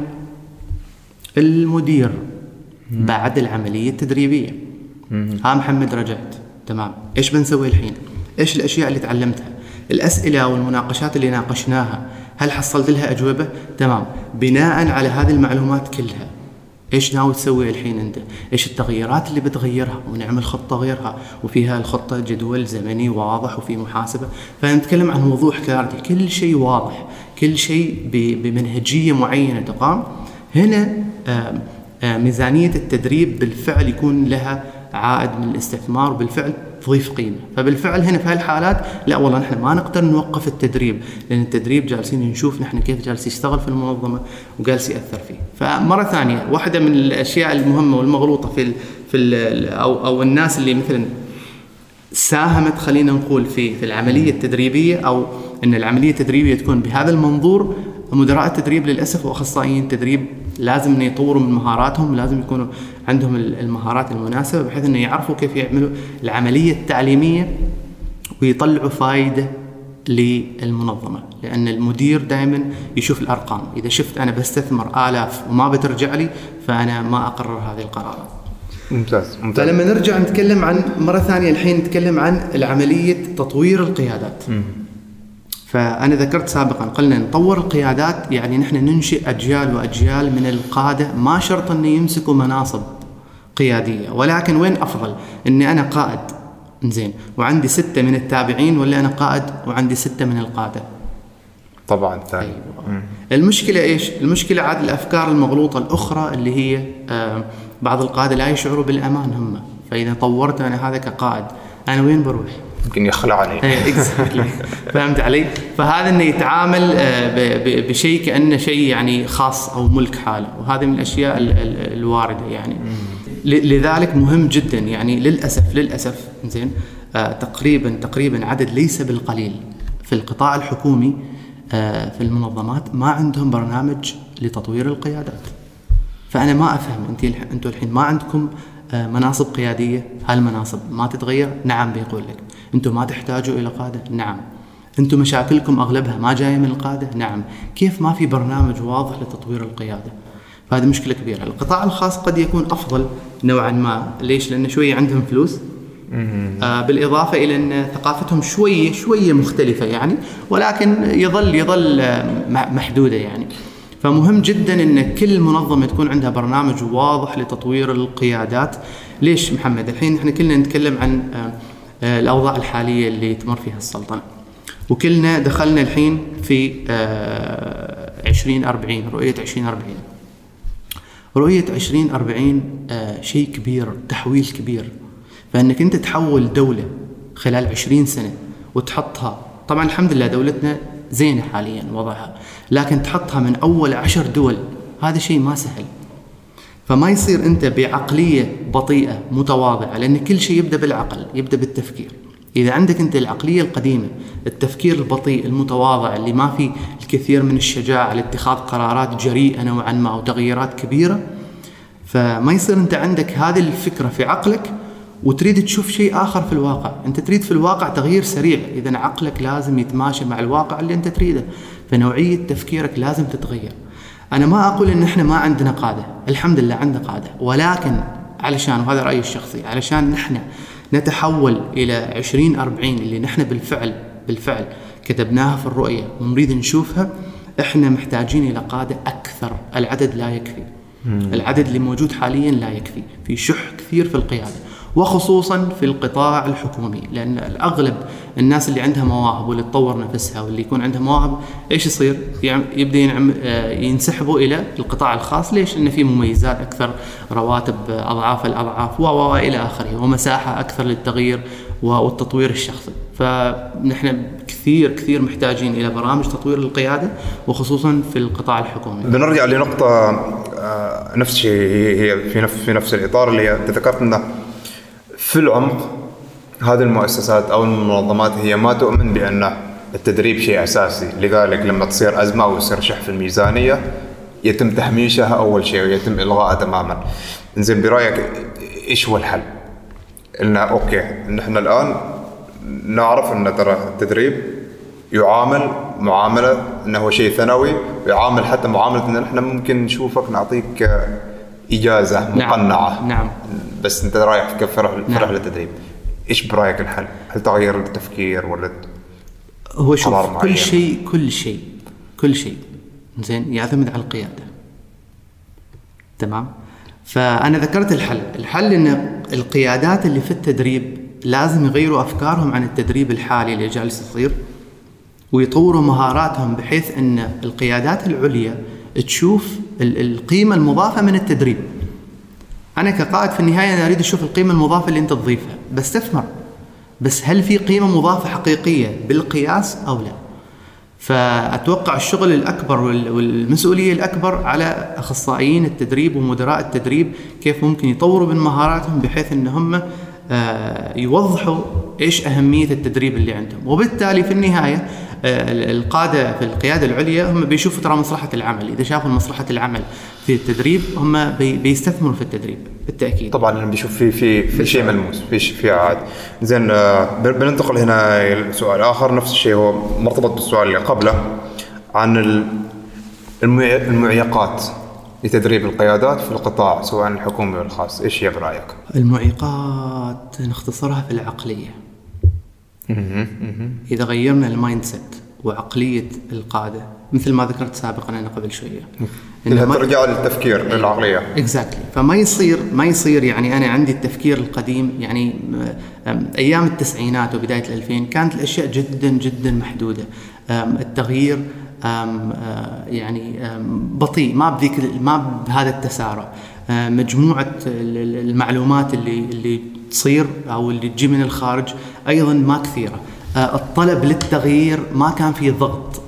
المدير بعد العملية التدريبية. ها محمد رجعت تمام، إيش بنسوي الحين؟ إيش الأشياء اللي تعلمتها؟ الأسئلة والمناقشات اللي ناقشناها هل حصلت لها أجوبة؟ تمام. بناء على هذه المعلومات كلها إيش ناوي تسوي الحين أنت؟ إيش التغييرات اللي بتغيرها؟ ونعمل خطة غيرها، وفيها الخطة جدول زمني واضح وفي محاسبة. فنتكلم عن وضوح كارتي، كل شيء واضح، كل شيء بمنهجية معينة تقام. هنا آآ آآ ميزانية التدريب بالفعل يكون لها عائد من الاستثمار، وبالفعل تضيف قيمة. فبالفعل هنا في هالحالات لا والله نحن ما نقدر نوقف التدريب، لأن التدريب جالسين نشوف نحن كيف جالس يشتغل في المنظمة وجالس يأثر فيه. فمرة ثانية واحدة من الأشياء المهمة والمغلوطة في ال في ال أو أو الناس اللي مثلا ساهمت خلينا نقول في في العملية التدريبية، أو أن العملية التدريبية تكون بهذا المنظور. مدراء التدريب للأسف وأخصائيين التدريب لازم أن يطوروا من مهاراتهم، لازم يكونوا عندهم المهارات المناسبة بحيث أن يعرفوا كيف يعملوا العملية التعليمية ويطلعوا فائدة للمنظمة. لأن المدير دائما يشوف الأرقام، إذا شفت أنا بستثمر آلاف وما بترجع لي فأنا ما أقرر هذه القرارات. ممتاز. ممتاز. فلما نرجع نتكلم عن مرة ثانية الحين نتكلم عن العملية تطوير القيادات. م. فأنا ذكرت سابقا قلنا نطور القيادات، يعني نحن ننشئ أجيال وأجيال من القادة، ما شرط أن يمسكوا مناصب قيادية، ولكن وين أفضل أني أنا قائد زين وعندي ستة من التابعين، ولا أنا قائد وعندي ستة من القادة؟ طبعا ثاني. أيوة. المشكلة إيش؟ المشكلة عاد الأفكار المغلوطة الأخرى اللي هي آه بعض القادة لا يشعروا بالأمان هم. فإذا طورت أنا هذا كقائد أنا وين بروح؟ يمكن يخلعني. فهمت علي؟ فهذا إنه يتعامل بشيء كأنه شيء يعني خاص أو ملك حاله، وهذه من الأشياء الواردة يعني. لذلك مهم جدا يعني للأسف للأسف زين آه تقريبا تقريبا عدد ليس بالقليل في القطاع الحكومي آه في المنظمات ما عندهم برنامج لتطوير القيادات. فأنا ما أفهم أنتي أنتوا الحين ما عندكم آه مناصب قيادية؟ هالمناصب ما تتغير؟ نعم. بيقول لك أنتوا ما تحتاجوا إلى قادة؟ نعم. أنتوا مشاكلكم أغلبها ما جاية من القادة؟ نعم. كيف ما في برنامج واضح لتطوير القيادة؟ فهذه مشكلة كبيرة. القطاع الخاص قد يكون أفضل نوعا ما، ليش؟ لأن شوية عندهم فلوس آه بالإضافة إلى أن ثقافتهم شوية شوية مختلفة يعني، ولكن يظل يظل محدودة يعني. فمهم جدا أن كل منظمة تكون عندها برنامج واضح لتطوير القيادات. ليش محمد؟ الحين احنا كلنا نتكلم عن آه الأوضاع الحالية اللي تمر فيها السلطنة، وكلنا دخلنا الحين في آه عشرين أربعين، رؤية عشرين أربعين. رؤية عشرين أربعين آه شيء كبير، تحويل كبير. فإنك أنت تحول دولة خلال عشرين سنة وتحطها، طبعا الحمد لله دولتنا زينة حاليا وضعها، لكن تحطها من أول عشر دول هذا شيء ما سهل. فما يصير أنت بعقلية بطيئة متواضعة، لأن كل شيء يبدأ بالعقل، يبدأ بالتفكير. إذا عندك أنت العقلية القديمة، التفكير البطيء المتواضع اللي ما في الكثير من الشجاعة لاتخاذ قرارات جريئة نوعا ما أو تغييرات كبيرة، فما يصير أنت عندك هذه الفكرة في عقلك وتريد تشوف شيء آخر في الواقع. أنت تريد في الواقع تغيير سريع، إذا عقلك لازم يتماشى مع الواقع اللي أنت تريده، فنوعية تفكيرك لازم تتغير. أنا ما أقول إن إحنا ما عندنا قادة، الحمد لله عندنا قادة، ولكن علشان، وهذا رأيي الشخصي، علشان نحن نتحول إلى عشرين أربعين اللي نحن بالفعل بالفعل كتبناها في الرؤية ونريد نشوفها، إحنا محتاجين إلى قادة أكثر. العدد لا يكفي، العدد اللي موجود حاليا لا يكفي، في شح كثير في القيادة، وخصوصا في القطاع الحكومي، لأن الأغلب الناس اللي عندها مواهب واللي تطور نفسها واللي يكون عندها مواهب إيش يصير؟ يعني يبدأ ينسحبوا إلى القطاع الخاص. ليش؟ إن في مميزات أكثر، رواتب أضعاف الأضعاف وإلى آخره، ومساحة أكثر للتغيير والتطوير الشخصي. فنحن كثير كثير محتاجين إلى برامج تطوير القيادة، وخصوصا في القطاع الحكومي. بنرجع لنقطة نفس الشيء، هي في نفس في نفس الإطار اللي أنت ذكرت إنه في العمق هذه المؤسسات أو المنظمات هي ما تؤمن بأن التدريب شيء أساسي، لذلك لما تصير أزمة أو يصير شح في الميزانية يتم تهميشها أول شيء ويتم إلغائها تماما. إنزين برأيك إيش هو الحل؟ إنه أوكي نحن الآن نعرف أن ترى التدريب يعامل معاملة أنه هو شيء ثانوي، ويعامل حتى معاملة أن نحن ممكن نشوفك نعطيك إجازة مقنعة. نعم. نعم. بس أنت رايح في فرح نعم. فرح للتدريب. إيش برأيك الحل؟ هل تغير التفكير ولا هو شوف كل شيء كل شيء كل شيء زين يعتمد على القيادة. تمام. فأنا ذكرت الحل الحل إن القيادات اللي في التدريب لازم يغيروا أفكارهم عن التدريب الحالي اللي جالس يصير، ويطوروا مهاراتهم بحيث أن القيادات العليا تشوف القيمة المضافة من التدريب. أنا كقائد في النهاية أنا أريد أشوف القيمة المضافة اللي أنت تضيفها، بستثمر، بس هل في قيمة مضافة حقيقية بالقياس أو لا؟ فأتوقع الشغل الأكبر والمسؤولية الأكبر على أخصائيين التدريب ومدراء التدريب، كيف ممكن يطوروا من مهاراتهم بحيث أن هم يوضحوا إيش أهمية التدريب اللي عندهم. وبالتالي في النهاية القادة في القيادة العليا هم بيشوفوا ترى مصلحة العمل، إذا شافوا مصلحة العمل في التدريب هم بيستثمروا في التدريب بالتأكيد. طبعا لما بيشوف في في في شيء ملموس، في في عاد. زين بننتقل هنا لسؤال آخر نفس الشيء، هو مرتبط بالسؤال اللي قبله عن المعيقات لتدريب القيادات في القطاع سواء الحكومي والخاص. إيش هي برأيك؟ المعيقات نختصرها في العقلية. إذا غيرنا المايند سيت وعقلية القادة مثل ما ذكرت سابقا أنا قبل شوية، إنها ترجع للتفكير للعقلية. exactly. فما يصير ما يصير يعني أنا عندي التفكير القديم، يعني أيام التسعينات وبداية الألفين كانت الأشياء جدا جدا محدودة، التغيير أم يعني أم بطيء، ما بذيك ما بهذا التسارع، مجموعة المعلومات اللي اللي تصير أو اللي تجي من الخارج أيضا ما كثيرة، الطلب للتغيير ما كان فيه ضغط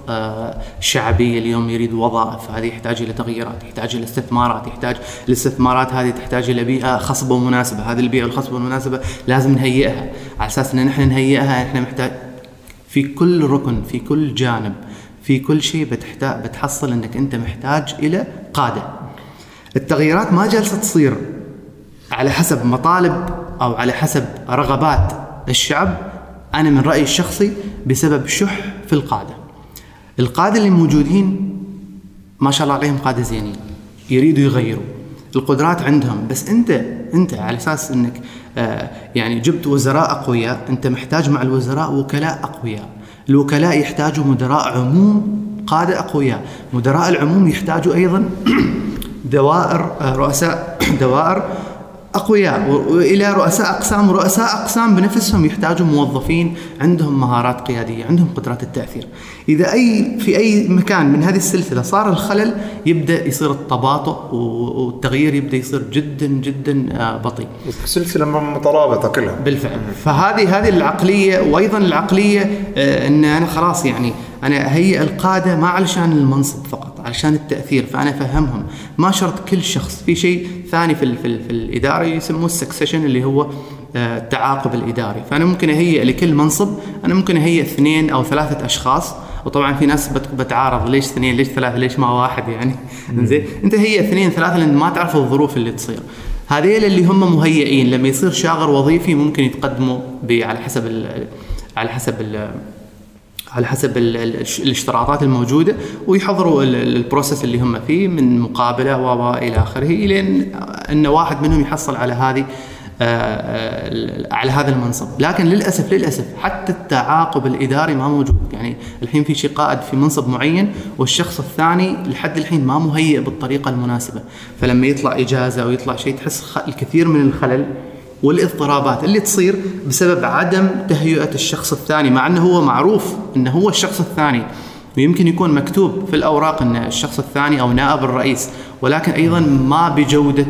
شعبي. اليوم يريد وظائف، هذه يحتاج إلى تغييرات، يحتاج إلى استثمارات، يحتاج الاستثمارات هذه تحتاج إلى بيئة خصبة ومناسبة، هذه البيئة الخصبة والمناسبة لازم نهيئها. على أساس أن نحن نهيئها نحن محتاج في كل ركن، في كل جانب، في كل شيء بتحتاج بتحصل أنك أنت محتاج إلى قادة. التغييرات ما جالسة تصير على حسب مطالب أو على حسب رغبات الشعب، أنا من رأيي الشخصي بسبب شح في القادة. القادة اللي موجودين ما شاء الله عليهم قادة زينين يريدوا يغيروا، القدرات عندهم، بس أنت أنت على أساس أنك آه يعني جبت وزراء أقوياء، أنت محتاج مع الوزراء وكلاء أقوياء. الوكلاء يحتاجوا مدراء عموم قادة أقوياء، مدراء العموم يحتاجوا أيضا دوائر رؤساء دوائر أقوياء، وإلى رؤساء أقسام، ورؤساء أقسام بنفسهم يحتاجوا موظفين عندهم مهارات قيادية، عندهم قدرات التأثير. إذا أي في أي مكان من هذه السلسلة صار الخلل يبدأ يصير التباطؤ والتغيير يبدأ يصير جدا جدا بطيء. سلسلة مترابطة كلها بالفعل. فهذه هذه العقلية، وأيضا العقلية أن أنا خلاص يعني أنا هيئ القادة ما علشان المنصب فقط، علشان التأثير. فأنا فهمهم ما شرط كل شخص. في شيء ثاني في في, في الإدارة يسموه السكسيشن اللي هو التعاقب الإداري. فأنا ممكن أهيئ لكل منصب أنا ممكن أهيئ اثنين أو ثلاثة أشخاص، وطبعا في ناس بتعارض ليش اثنين ليش ثلاثة ليش ما واحد يعني زين. أنت هي اثنين ثلاثة لأن ما تعرف الظروف اللي تصير. هذيل اللي هم مهيئين لما يصير شاغر وظيفي ممكن يتقدموا على حسب ال على حسب ال على حسب الاشتراطات الموجودة، ويحضروا البروسيس اللي هم فيه من مقابلة وإلى آخره، إلى أن واحد منهم يحصل على هذه على هذا المنصب. لكن للأسف للأسف حتى التعاقب الإداري ما موجود. يعني الحين في شيء قائد في منصب معين والشخص الثاني لحد الحين ما مهيئ بالطريقة المناسبة، فلما يطلع إجازة أو يطلع شيء تحس الكثير من الخلل والاضطرابات اللي تصير بسبب عدم تهيئة الشخص الثاني، مع أنه هو معروف أنه هو الشخص الثاني، ويمكن يكون مكتوب في الأوراق أن الشخص الثاني أو نائب الرئيس، ولكن أيضا ما بجودة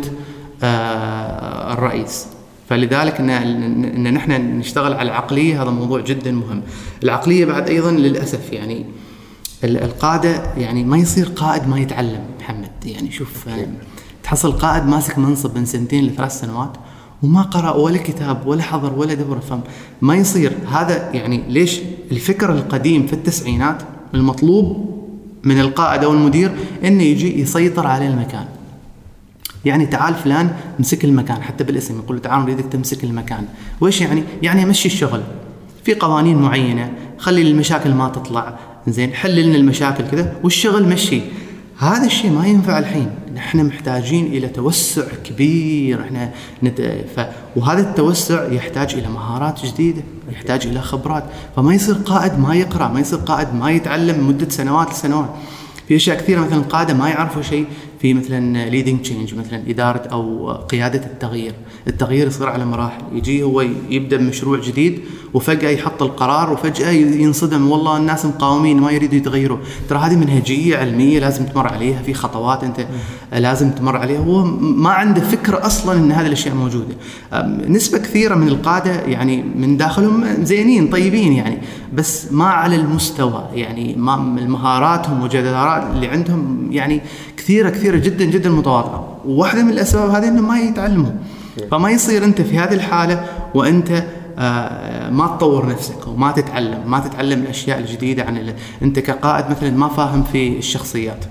آه الرئيس. فلذلك إن, إن نحن نشتغل على العقلية، هذا موضوع جدا مهم. العقلية بعد أيضا للأسف يعني القادة يعني ما يصير قائد ما يتعلم محمد. يعني شوف تحصل قائد ماسك منصب من سنتين لثلاث سنوات وما قرأ ولا كتاب ولا حضر ولا دورة فهم، ما يصير هذا. يعني ليش الفكر القديم في التسعينات المطلوب من القائد أو المدير إنه يجي يسيطر على المكان. يعني تعال فلان امسك المكان، حتى بالاسم يقول تعال نريدك تمسك المكان. وإيش يعني؟ يعني مشي الشغل في قوانين معينة، خلي المشاكل ما تطلع، زين حل لنا المشاكل كذا والشغل مشي. هذا الشيء ما ينفع الحين. نحن محتاجين إلى توسع كبير. احنا نت... ف... وهذا التوسع يحتاج إلى مهارات جديدة، يحتاج إلى خبرات. فما يصير قائد ما يقرأ، ما يصير قائد ما يتعلم مدة سنوات لسنوات. في أشياء كثيرة مثلا قادة ما يعرفوا شيء في مثلا leading change، مثلا إدارة أو قيادة التغيير. التغيير يصير على مراحل، يجي هو يبدأ مشروع جديد وفجأة يحط القرار وفجأة ينصدم والله الناس مقاومين ما يريدوا يتغيروا. ترى هذه منهجية علمية لازم تمر عليها، في خطوات أنت لازم تمر عليها. هو ما عنده فكرة أصلا أن هذه الأشياء موجودة. نسبة كثيرة من القادة يعني من داخلهم زينين طيبين يعني، بس ما على المستوى. يعني ما مهاراتهم وجدارات اللي عندهم يعني كثيرة كثيرة جدا جدا متواضعة. وواحدة من الأسباب هذه إنه ما يتعلموا. فما يصير أنت في هذه الحالة وأنت آه ما تطور نفسك وما تتعلم ما تتعلم الأشياء الجديدة عن ال... أنت كقائد مثلا ما فاهم في الشخصيات،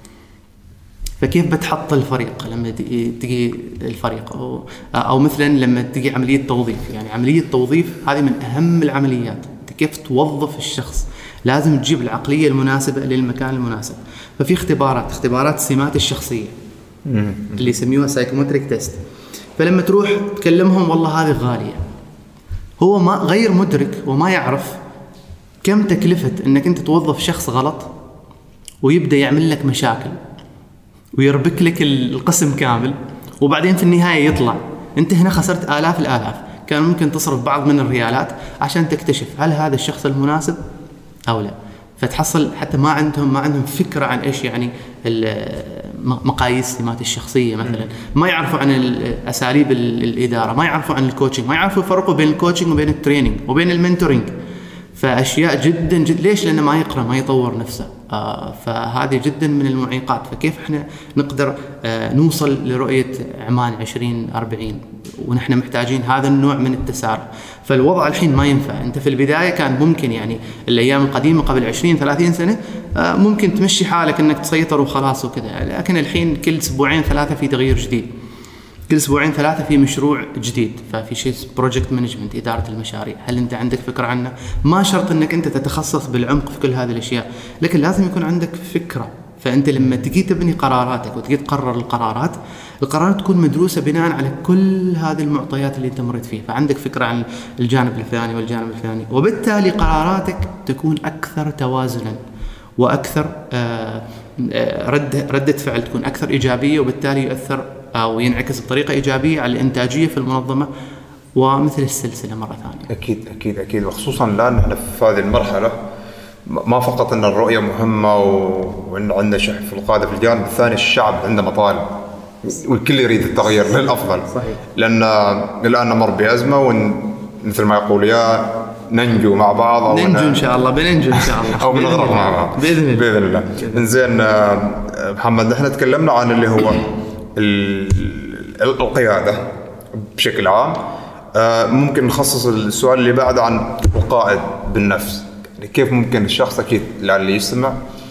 فكيف بتحط الفريق لما تجي الفريق أو, أو مثلا لما تجي عملية توظيف. يعني عملية توظيف هذه من أهم العمليات. أنت كيف توظف الشخص، لازم تجيب العقلية المناسبة للمكان المناسب. ففي اختبارات اختبارات سمات الشخصية اللي يسميوها سايكومتريك تيست. فلما تروح تكلمهم والله هذه غالية، هو ما غير مدرك وما يعرف كم تكلفة انك انت توظف شخص غلط ويبدأ يعمل لك مشاكل ويربك لك القسم كامل، وبعدين في النهاية يطلع انت هنا خسرت آلاف الآلاف. كان ممكن تصرف بعض من الريالات عشان تكتشف هل هذا الشخص المناسب أو لا. فتحصل حتى ما عندهم ما عندهم فكرة عن إيش يعني مقاييس سمات الشخصية مثلا، ما يعرفوا عن أساليب الإدارة، ما يعرفوا عن الكوتشنج، ما يعرفوا يفرقوا بين الكوتشنج وبين التريننج وبين المنتورنج. فأشياء جدا جدا. ليش؟ لأنه ما يقرأ ما يطور نفسه. آه فهذه جدا من المعيقات. فكيف احنا نقدر آه نوصل لرؤية عمان عشرين أربعين ونحن محتاجين هذا النوع من التسارع. فالوضع الحين ما ينفع. انت في البداية كان ممكن يعني الأيام القديمة قبل عشرين ثلاثين سنة آه ممكن تمشي حالك انك تسيطر وخلاص وكذا، لكن الحين كل اسبوعين ثلاثة في تغيير جديد، كل اسبوعين ثلاثة في مشروع جديد. ففي شيء بروجكت مانجمنت، إدارة المشاريع. هل انت عندك فكرة عنه؟ ما شرط انك انت تتخصص بالعمق في كل هذه الاشياء، لكن لازم يكون عندك فكرة. فانت لما تجي تبني قراراتك وتجي تقرر القرارات، القرارات تكون مدروسة بناء على كل هذه المعطيات اللي انت مريت فيها. فعندك فكرة عن الجانب الفلاني والجانب الفلاني، وبالتالي قراراتك تكون اكثر توازنا واكثر آه رد ردة فعل تكون اكثر ايجابية، وبالتالي يؤثر أو ينعكس بطريقة إيجابية على الإنتاجية في المنظمة ومثل السلسلة مرة ثانية. أكيد أكيد أكيد. وخصوصا الآن نحن في هذه المرحلة ما فقط أن الرؤية مهمة وأن عندنا شح في القادة، في الجانب الثاني الشعب عنده مطالب والكل يريد التغيير للأفضل. صحيح. لأن الآن نمر بأزمة ومثل ما يقول يا ننجو مع بعض أو ننجو إن شاء الله بننجو إن شاء الله أو بنغرق مع بعض بإذن الله بإذن الله. إنزين محمد، نحن تكلمنا عن اللي هو القيادة بشكل عام. ممكن نخصص السؤال اللي بعده عن القائد بالنفس. يعني كيف ممكن الشخص، أكيد اللي يستمع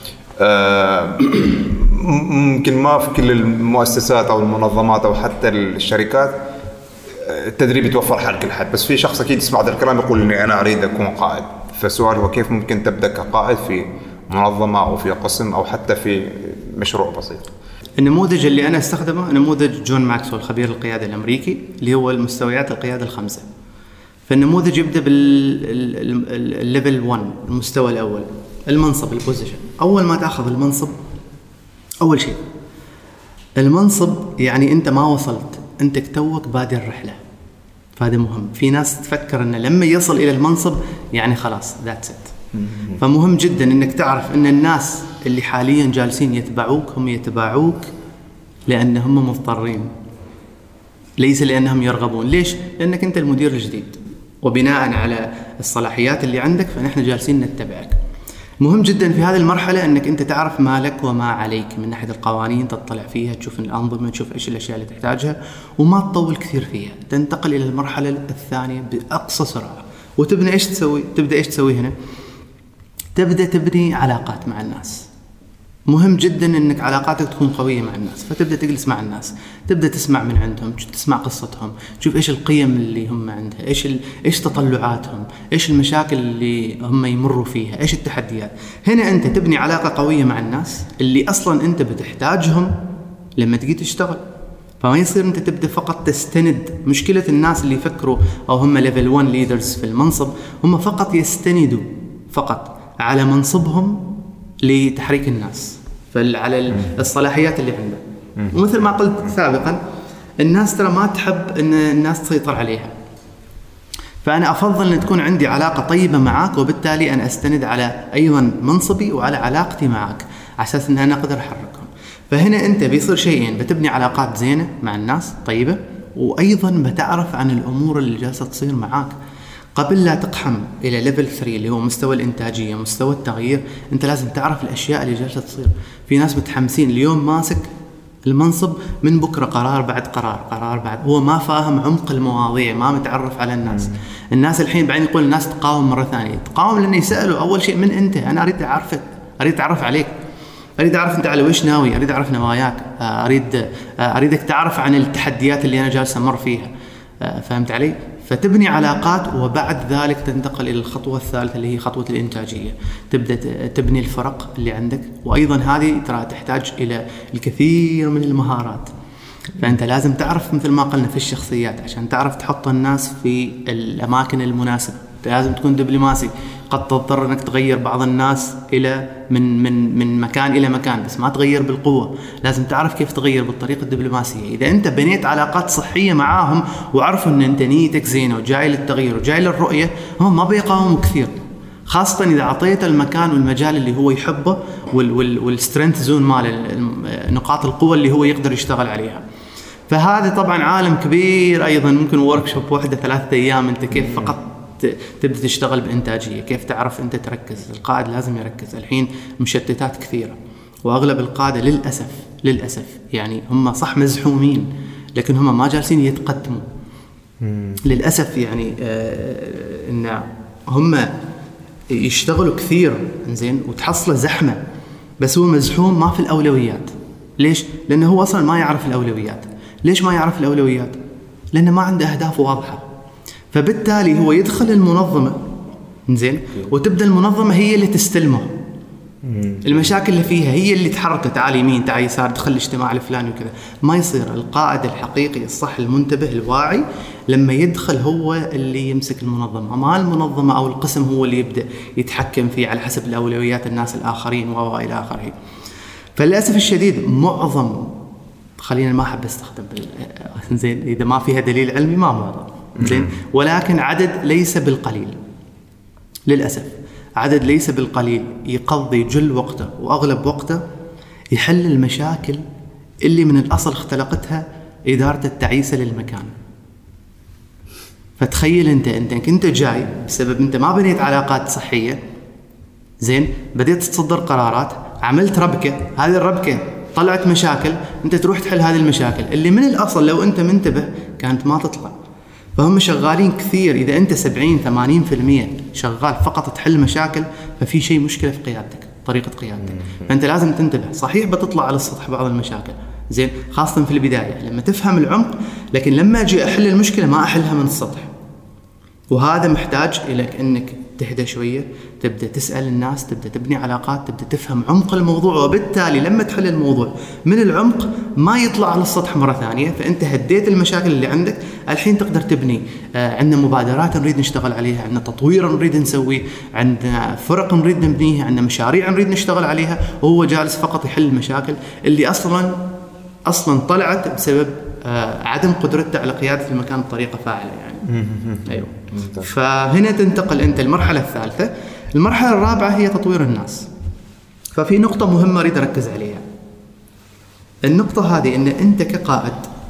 ممكن ما في كل المؤسسات أو المنظمات أو حتى الشركات التدريب يتوفر حق كل حد، بس في شخص أكيد يسمع هذا الكلام يقول إني أنا أريد أكون قائد. فالسؤال هو كيف ممكن تبدأ كقائد في منظمة أو في قسم أو حتى في مشروع بسيط؟ النموذج اللي أنا استخدمه نموذج جون ماكسويل خبير القيادة الأمريكي اللي هو المستويات القيادة الخمسة. فالنموذج يبدأ بالليفل واحد، المستوى الأول، المنصب، البوزيشن. أول ما تأخذ المنصب، أول شيء المنصب يعني أنت ما وصلت، أنت توك بادئ الرحلة، فهذا مهم. في ناس تفكر أن لما يصل إلى المنصب يعني خلاص that's it. فمهم جدا أنك تعرف أن الناس اللي حاليا جالسين يتبعوك هم يتبعوك لأنهم مضطرين، ليس لأنهم يرغبون. ليش؟ لأنك أنت المدير الجديد، وبناء على الصلاحيات اللي عندك فنحن جالسين نتبعك. مهم جدا في هذه المرحلة أنك أنت تعرف ما لك وما عليك من ناحية القوانين، تطلع فيها، تشوف الأنظمة، تشوف إيش الأشياء اللي تحتاجها، وما تطول كثير فيها. تنتقل إلى المرحلة الثانية بأقصى سرعة، وتبني إيش تسوي؟ تبدأ إيش تسوي هنا؟ تبدأ تبني علاقات مع الناس. مهم جدا انك علاقاتك تكون قويه مع الناس، فتبدا تجلس مع الناس، تبدا تسمع من عندهم، تسمع قصتهم، تشوف ايش القيم اللي هم عندها، ايش ال... ايش تطلعاتهم، ايش المشاكل اللي هم يمروا فيها، ايش التحديات. هنا انت تبني علاقه قويه مع الناس اللي اصلا انت بتحتاجهم لما تجي تشتغل. فما يصير انت تبدا فقط تستند. مشكله الناس اللي يفكروا او هم ليفل واحد ليدرز في المنصب، هم فقط يستندوا فقط على منصبهم لتحريك الناس، فعلى الصلاحيات اللي عنده. ومثل ما قلت سابقا، الناس ترى ما تحب ان الناس تسيطر عليها. فانا افضل ان تكون عندي علاقه طيبه معك، وبالتالي انا استند على ايضا منصبي وعلى علاقتي معك على اساس ان انا اقدر احركهم. فهنا انت بيصير شيئين: بتبني علاقات زينه مع الناس طيبه، وايضا بتعرف عن الامور اللي جالسه تصير معك. قبل لا تقحم إلى ليفل ثلاثة اللي هو مستوى الإنتاجية، مستوى التغيير، أنت لازم تعرف الأشياء اللي جالسة تصير. في ناس متحمسين اليوم ماسك المنصب، من بكرة قرار بعد قرار قرار بعد، هو ما فاهم عمق المواضيع، ما متعرف على الناس. الناس الحين بعدين يقول الناس تقاوم مرة ثانية. تقاوم لأن يسألوا أول شيء من أنت؟ أنا أريد أعرفك، أريد أعرف عليك، أريد أعرف أنت على وش ناوي، أريد أعرف نواياك، أريد أريدك تعرف عن التحديات اللي أنا جالس أمر فيها. فهمت علي؟ فتبني علاقات، وبعد ذلك تنتقل إلى الخطوة الثالثة اللي هي خطوة الإنتاجية. تبدأ تبني الفرق اللي عندك، وأيضا هذه ترى تحتاج إلى الكثير من المهارات. فأنت لازم تعرف مثل ما قلنا في الشخصيات عشان تعرف تحط الناس في الأماكن المناسبة. لازم تكون دبلوماسي، قد تضطر أنك تغير بعض الناس إلى من من من مكان إلى مكان، بس ما تغير بالقوة. لازم تعرف كيف تغير بالطريقة الدبلوماسية. إذا أنت بنيت علاقات صحية معاهم وعرفوا أن أنت نيتك زينة وجاي للتغيير وجاي للرؤية، هم ما بيقاوموا كثير، خاصة إذا عطيت المكان والمجال اللي هو يحبه والسترينث زون مال نقاط القوة اللي هو يقدر يشتغل عليها. فهذا طبعا عالم كبير أيضا، ممكن وركشوب واحدة ثلاثة أيام أنت كيف فقط تبدأ تشتغل بإنتاجية، كيف تعرف أنت تركز. القائد لازم يركز. الحين مشتتات كثيرة، وأغلب القادة للأسف للأسف يعني هم صح مزحومين، لكن هم ما جالسين يتقدموا للأسف. يعني آه إن هم يشتغلوا كثير إنزين وتحصل زحمة، بس هو مزحوم ما في الأولويات. ليش؟ لأنه هو أصلا ما يعرف الأولويات. ليش ما يعرف الأولويات؟ لأنه ما عنده أهداف واضحة. فبالتالي هو يدخل المنظمة إنزين، وتبدأ المنظمة هي اللي تستلمه. المشاكل اللي فيها هي اللي تحركه، تعال يمين تعال يسار، دخل الاجتماع الفلاني وكذا. ما يصير. القائد الحقيقي الصح المنتبه الواعي لما يدخل هو اللي يمسك المنظمة، ما المنظمة أو القسم هو اللي يبدأ يتحكم فيه على حسب الأولويات الناس الآخرين وإلى آخره. فللأسف الشديد معظم، خلينا ما أحب استخدم زين إذا ما فيها دليل علمي ما معظم زين، ولكن عدد ليس بالقليل للأسف، عدد ليس بالقليل يقضي جل وقته وأغلب وقته يحل المشاكل اللي من الأصل اختلقتها إدارة التعيسة للمكان. فتخيل أنت أنت كنت جاي بسبب أنت ما بنيت علاقات صحية زين، بديت تصدر قرارات، عملت ربكة، هذه الربكة طلعت مشاكل، أنت تروح تحل هذه المشاكل اللي من الأصل لو أنت منتبه كانت ما تطلع. فهم شغالين كثير. إذا أنت سبعين ثمانين في المية شغال فقط تحل مشاكل، ففي شيء مشكلة في قيادتك، طريقة قيادتك. فأنت لازم تنتبه. صحيح بتطلع على السطح بعض المشاكل زين، خاصة في البداية لما تفهم العمق، لكن لما أجي أحل المشكلة ما أحلها من السطح. وهذا محتاج إلى أنك تهدى شوية، تبدأ تسأل الناس، تبدأ تبني علاقات، تبدأ تفهم عمق الموضوع، وبالتالي لما تحل الموضوع من العمق ما يطلع على السطح مرة ثانية، فأنت هديت المشاكل اللي عندك. الحين تقدر تبني. آه عندنا مبادرات نريد نشتغل عليها، عندنا تطوير نريد نسويه، عندنا فرق نريد نبنيها، عندنا مشاريع نريد نشتغل عليها، وهو جالس فقط يحل المشاكل اللي أصلا أصلا طلعت بسبب آه عدم قدرته على قيادة المكان بطريقة فاعلة يعني. أيوه. فهنا تنتقل أنت المرحلة الثالثة. المرحلة الرابعة هي تطوير الناس. ففي نقطة مهمة أريد أركز عليها. النقطة هذه إن أنت كقائد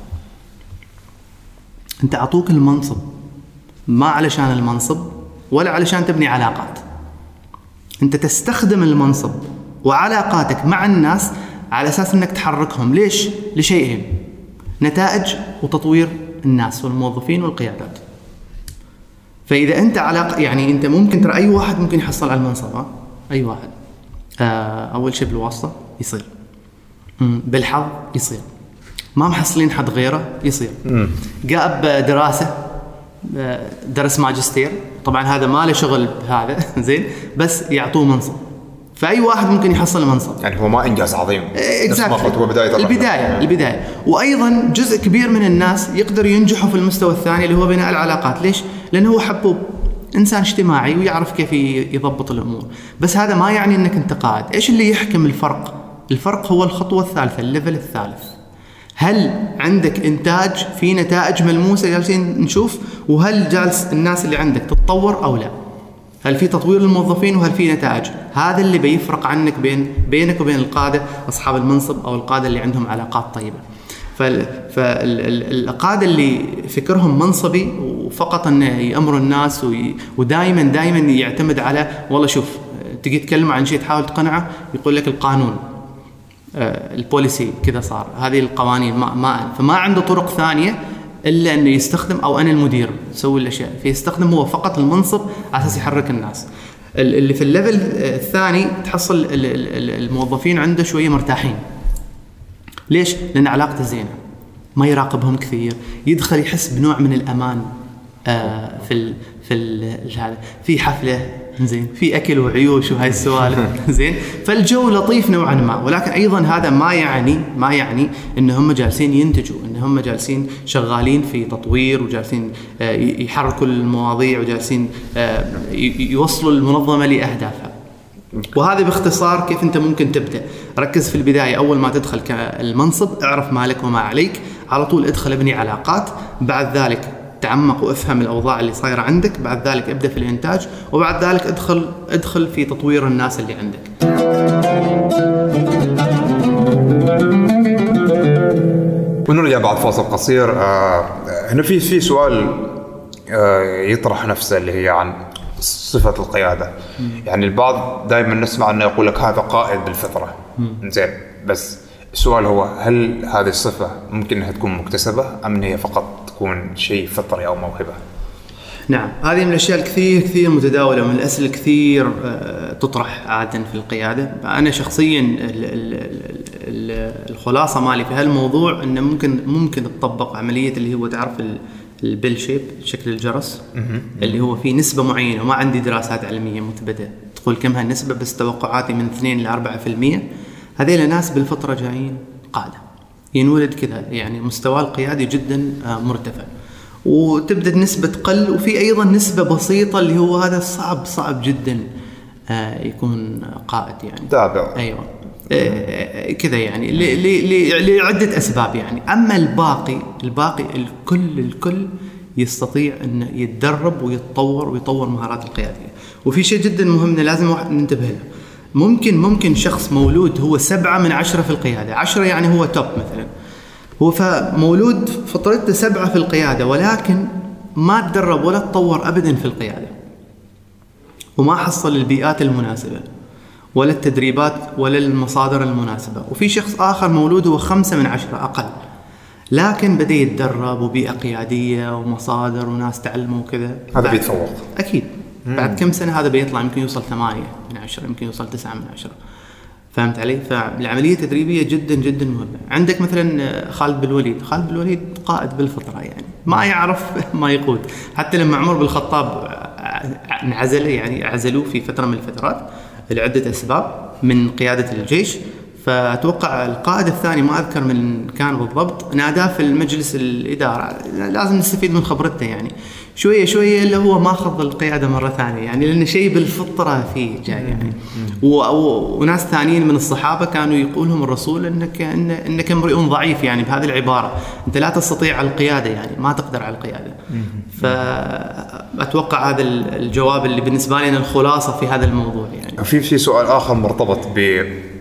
أنت عطوك المنصب ما علشان المنصب ولا علشان تبني علاقات. أنت تستخدم المنصب وعلاقاتك مع الناس على أساس أنك تحركهم. ليش؟ لشيئين: نتائج وتطوير الناس والموظفين والقيادات. فإذا أنت علاقة يعني أنت ممكن ترى أي واحد ممكن يحصل على المنصب. ها؟ أي واحد. آه أول شيء بالواسطة يصير، بالحظ يصير، ما محصلين حد غيره يصير، قاب دراسة درس ماجستير، طبعا هذا ما له شغل بهذا زين، بس يعطوه منصب. فأي واحد ممكن يحصل المنصب. يعني هو ما إنجاز عظيم. exactly. هو بداية البداية البداية. وأيضا جزء كبير من الناس يقدر ينجحوا في المستوى الثاني اللي هو بناء العلاقات. ليش؟ لأنه هو حبوب، إنسان اجتماعي ويعرف كيف يضبط الأمور. بس هذا ما يعني أنك أنت قائد. إيش اللي يحكم الفرق؟ الفرق هو الخطوة الثالثة، الليفل الثالث. هل عندك إنتاج، في نتائج ملموسة جالسين نشوف، وهل جالس الناس اللي عندك تتطور أو لا؟ هل في تطوير للموظفين وهل في نتائج؟ هذا اللي بيفرق عنك بين بينك وبين القادة أصحاب المنصب أو القادة اللي عندهم علاقات طيبة. فالقادة اللي فكرهم منصبي وفقط أن يأمروا الناس ودائما دائما يعتمد على والله شوف تجي تكلم عن شيء تحاول تقنعه يقول لك القانون البوليسي كذا صار، هذه القوانين ما ما فما عنده طرق ثانية إلا أنه يستخدم أو أنا المدير سوي الأشياء، فيستخدم هو فقط المنصب على أساس يحرك الناس. اللي في الليفل الثاني تحصل الموظفين عنده شوية مرتاحين. ليش؟ لأن علاقته زينة، ما يراقبهم كثير، يدخل يحس بنوع من الأمان آه في ال في ال هذا، في حفلة زين، في أكل وعيوش وهاي السوالف زين، فالجو لطيف نوعا ما. ولكن أيضا هذا ما يعني ما يعني إن هم جالسين ينتجوا، إن هم جالسين شغالين في تطوير وجالسين آه يحركوا المواضيع وجالسين آه يوصلوا المنظمة لأهدافها. وهذا باختصار كيف أنت ممكن تبدأ. ركز في البداية، أول ما تدخل كالمنصب اعرف مالك وما عليك، على طول ادخل ابني علاقات، بعد ذلك تعمق وافهم الأوضاع اللي صايرة عندك، بعد ذلك ابدأ في الإنتاج، وبعد ذلك ادخل ادخل في تطوير الناس اللي عندك. ونرجع بعد فاصل قصير. آه هنا في في سؤال آه يطرح نفسه اللي هي عن صفة القيادة. مم. يعني البعض دائما نسمع أنه يقول لك هذا قائد بالفطرة. زين، بس السؤال هو هل هذه الصفة ممكن أنها تكون مكتسبة أم هي فقط تكون شيء فطري أو موهبة؟ نعم، هذه من الأشياء الكثير كثير متداولة ومن الأسئلة الكثير تطرح عادة في القيادة. أنا شخصيا الخلاصة مالي في هالموضوع أنه ممكن ممكن تطبق عملية اللي هو تعرف البيل شيب، شكل الجرس اللي هو فيه نسبة معينة، وما عندي دراسات علمية مثبتة تقول كم هالنسبة، بس توقعاتي من اثنين إلى أربعة في المية. هذيل ناس بالفطرة جايين قادة، ينولد كذا، يعني مستوى القيادي جدا مرتفع، وتبدأ نسبة تقل، وفي أيضا نسبة بسيطة اللي هو هذا صعب صعب جدا يكون قائد يعني. تابع. أيوة كذا يعني لعدة أسباب يعني. أما الباقي الباقي الكل الكل يستطيع أن يتدرب ويتطور ويطور مهارات القيادية. وفي شيء جدا مهم لازم واحد ننتبه له. ممكن ممكن شخص مولود هو سبعة من عشرة في القيادة، عشرة يعني هو توب مثلا، هو فمولود فطرته سبعة في القيادة، ولكن ما تدرب ولا تطور أبدا في القيادة، وما حصل البيئات المناسبة ولا التدريبات ولا المصادر المناسبة. وفي شخص آخر مولود هو خمسة من عشرة أقل، لكن بدأ يتدرب وبيئة قيادية ومصادر وناس تعلمه وكذا، هذا بيتفوق أكيد. مم. بعد كم سنة هذا بيطلع يمكن يوصل ثمانية من عشرة، يمكن يوصل تسعة من عشرة. فهمت علي؟ فالعملية التدريبية جدا جدا مهمة. عندك مثلا خالد بالوليد، خالد بالوليد قائد بالفطرة يعني، ما يعرف ما يقود. حتى لما عمر بالخطاب انعزل يعني اعزلوه في فترة من الفترات لعدة أسباب من قيادة الجيش. فأتوقع القائد الثاني ما أذكر من كان بالضبط ناداه في المجلس الإدارة، لازم نستفيد من خبرته يعني شوية شوية اللي هو ما خض القيادة مرة ثانية يعني لأن شيء بالفطرة فيه جاي يعني. وناس ثانيين من الصحابة كانوا يقولهم الرسول إنك إن إنك امرئ ضعيف يعني بهذه العبارة، أنت لا تستطيع القيادة يعني ما تقدر على القيادة. فأتوقع هذا الجواب اللي بالنسبة لنا الخلاصة في هذا الموضوع يعني. في في سؤال آخر مرتبط ب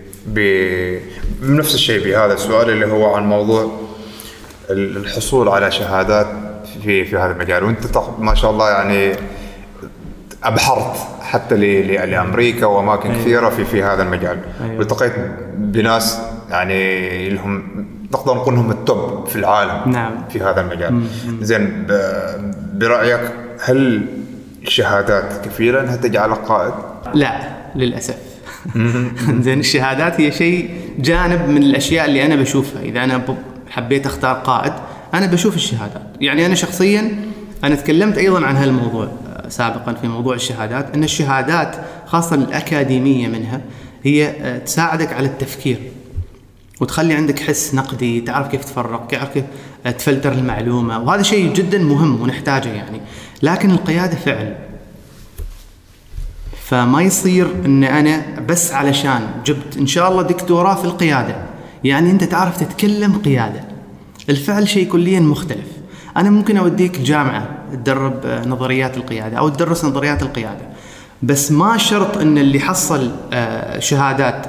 بنفس الشيء بهذا السؤال اللي هو عن موضوع الحصول على شهادات في في هذا المجال، وانت ما شاء الله يعني ابحرت حتى لامريكا واماكن أيوة. كثيره في في هذا المجال. أيوة. والتقيت بناس يعني لهم نقدر نقول انهم التوب في العالم. نعم. في هذا المجال. زين برايك هل الشهادات كفيله انها تجعلك قائد؟ لا للاسف. زين الشهادات هي شيء جانب من الاشياء اللي انا بشوفها. اذا انا حبيت اختار قائد انا بشوف الشهادات. يعني انا شخصيا انا تكلمت ايضا عن هالموضوع سابقا في موضوع الشهادات، ان الشهادات خاصه الاكاديميه منها هي تساعدك على التفكير وتخلي عندك حس نقدي، تعرف كيف تفرق، تعرف كيف تفلتر المعلومه، وهذا شيء جدا مهم ونحتاجه يعني. لكن القياده فعل، فما يصير ان انا بس علشان جبت ان شاء الله دكتوراه في القياده يعني انت تعرف تتكلم قياده. الفعل شيء كليا مختلف. انا ممكن اوديك الجامعه تدرب نظريات القياده او تدرس نظريات القياده، بس ما شرط ان اللي حصل شهادات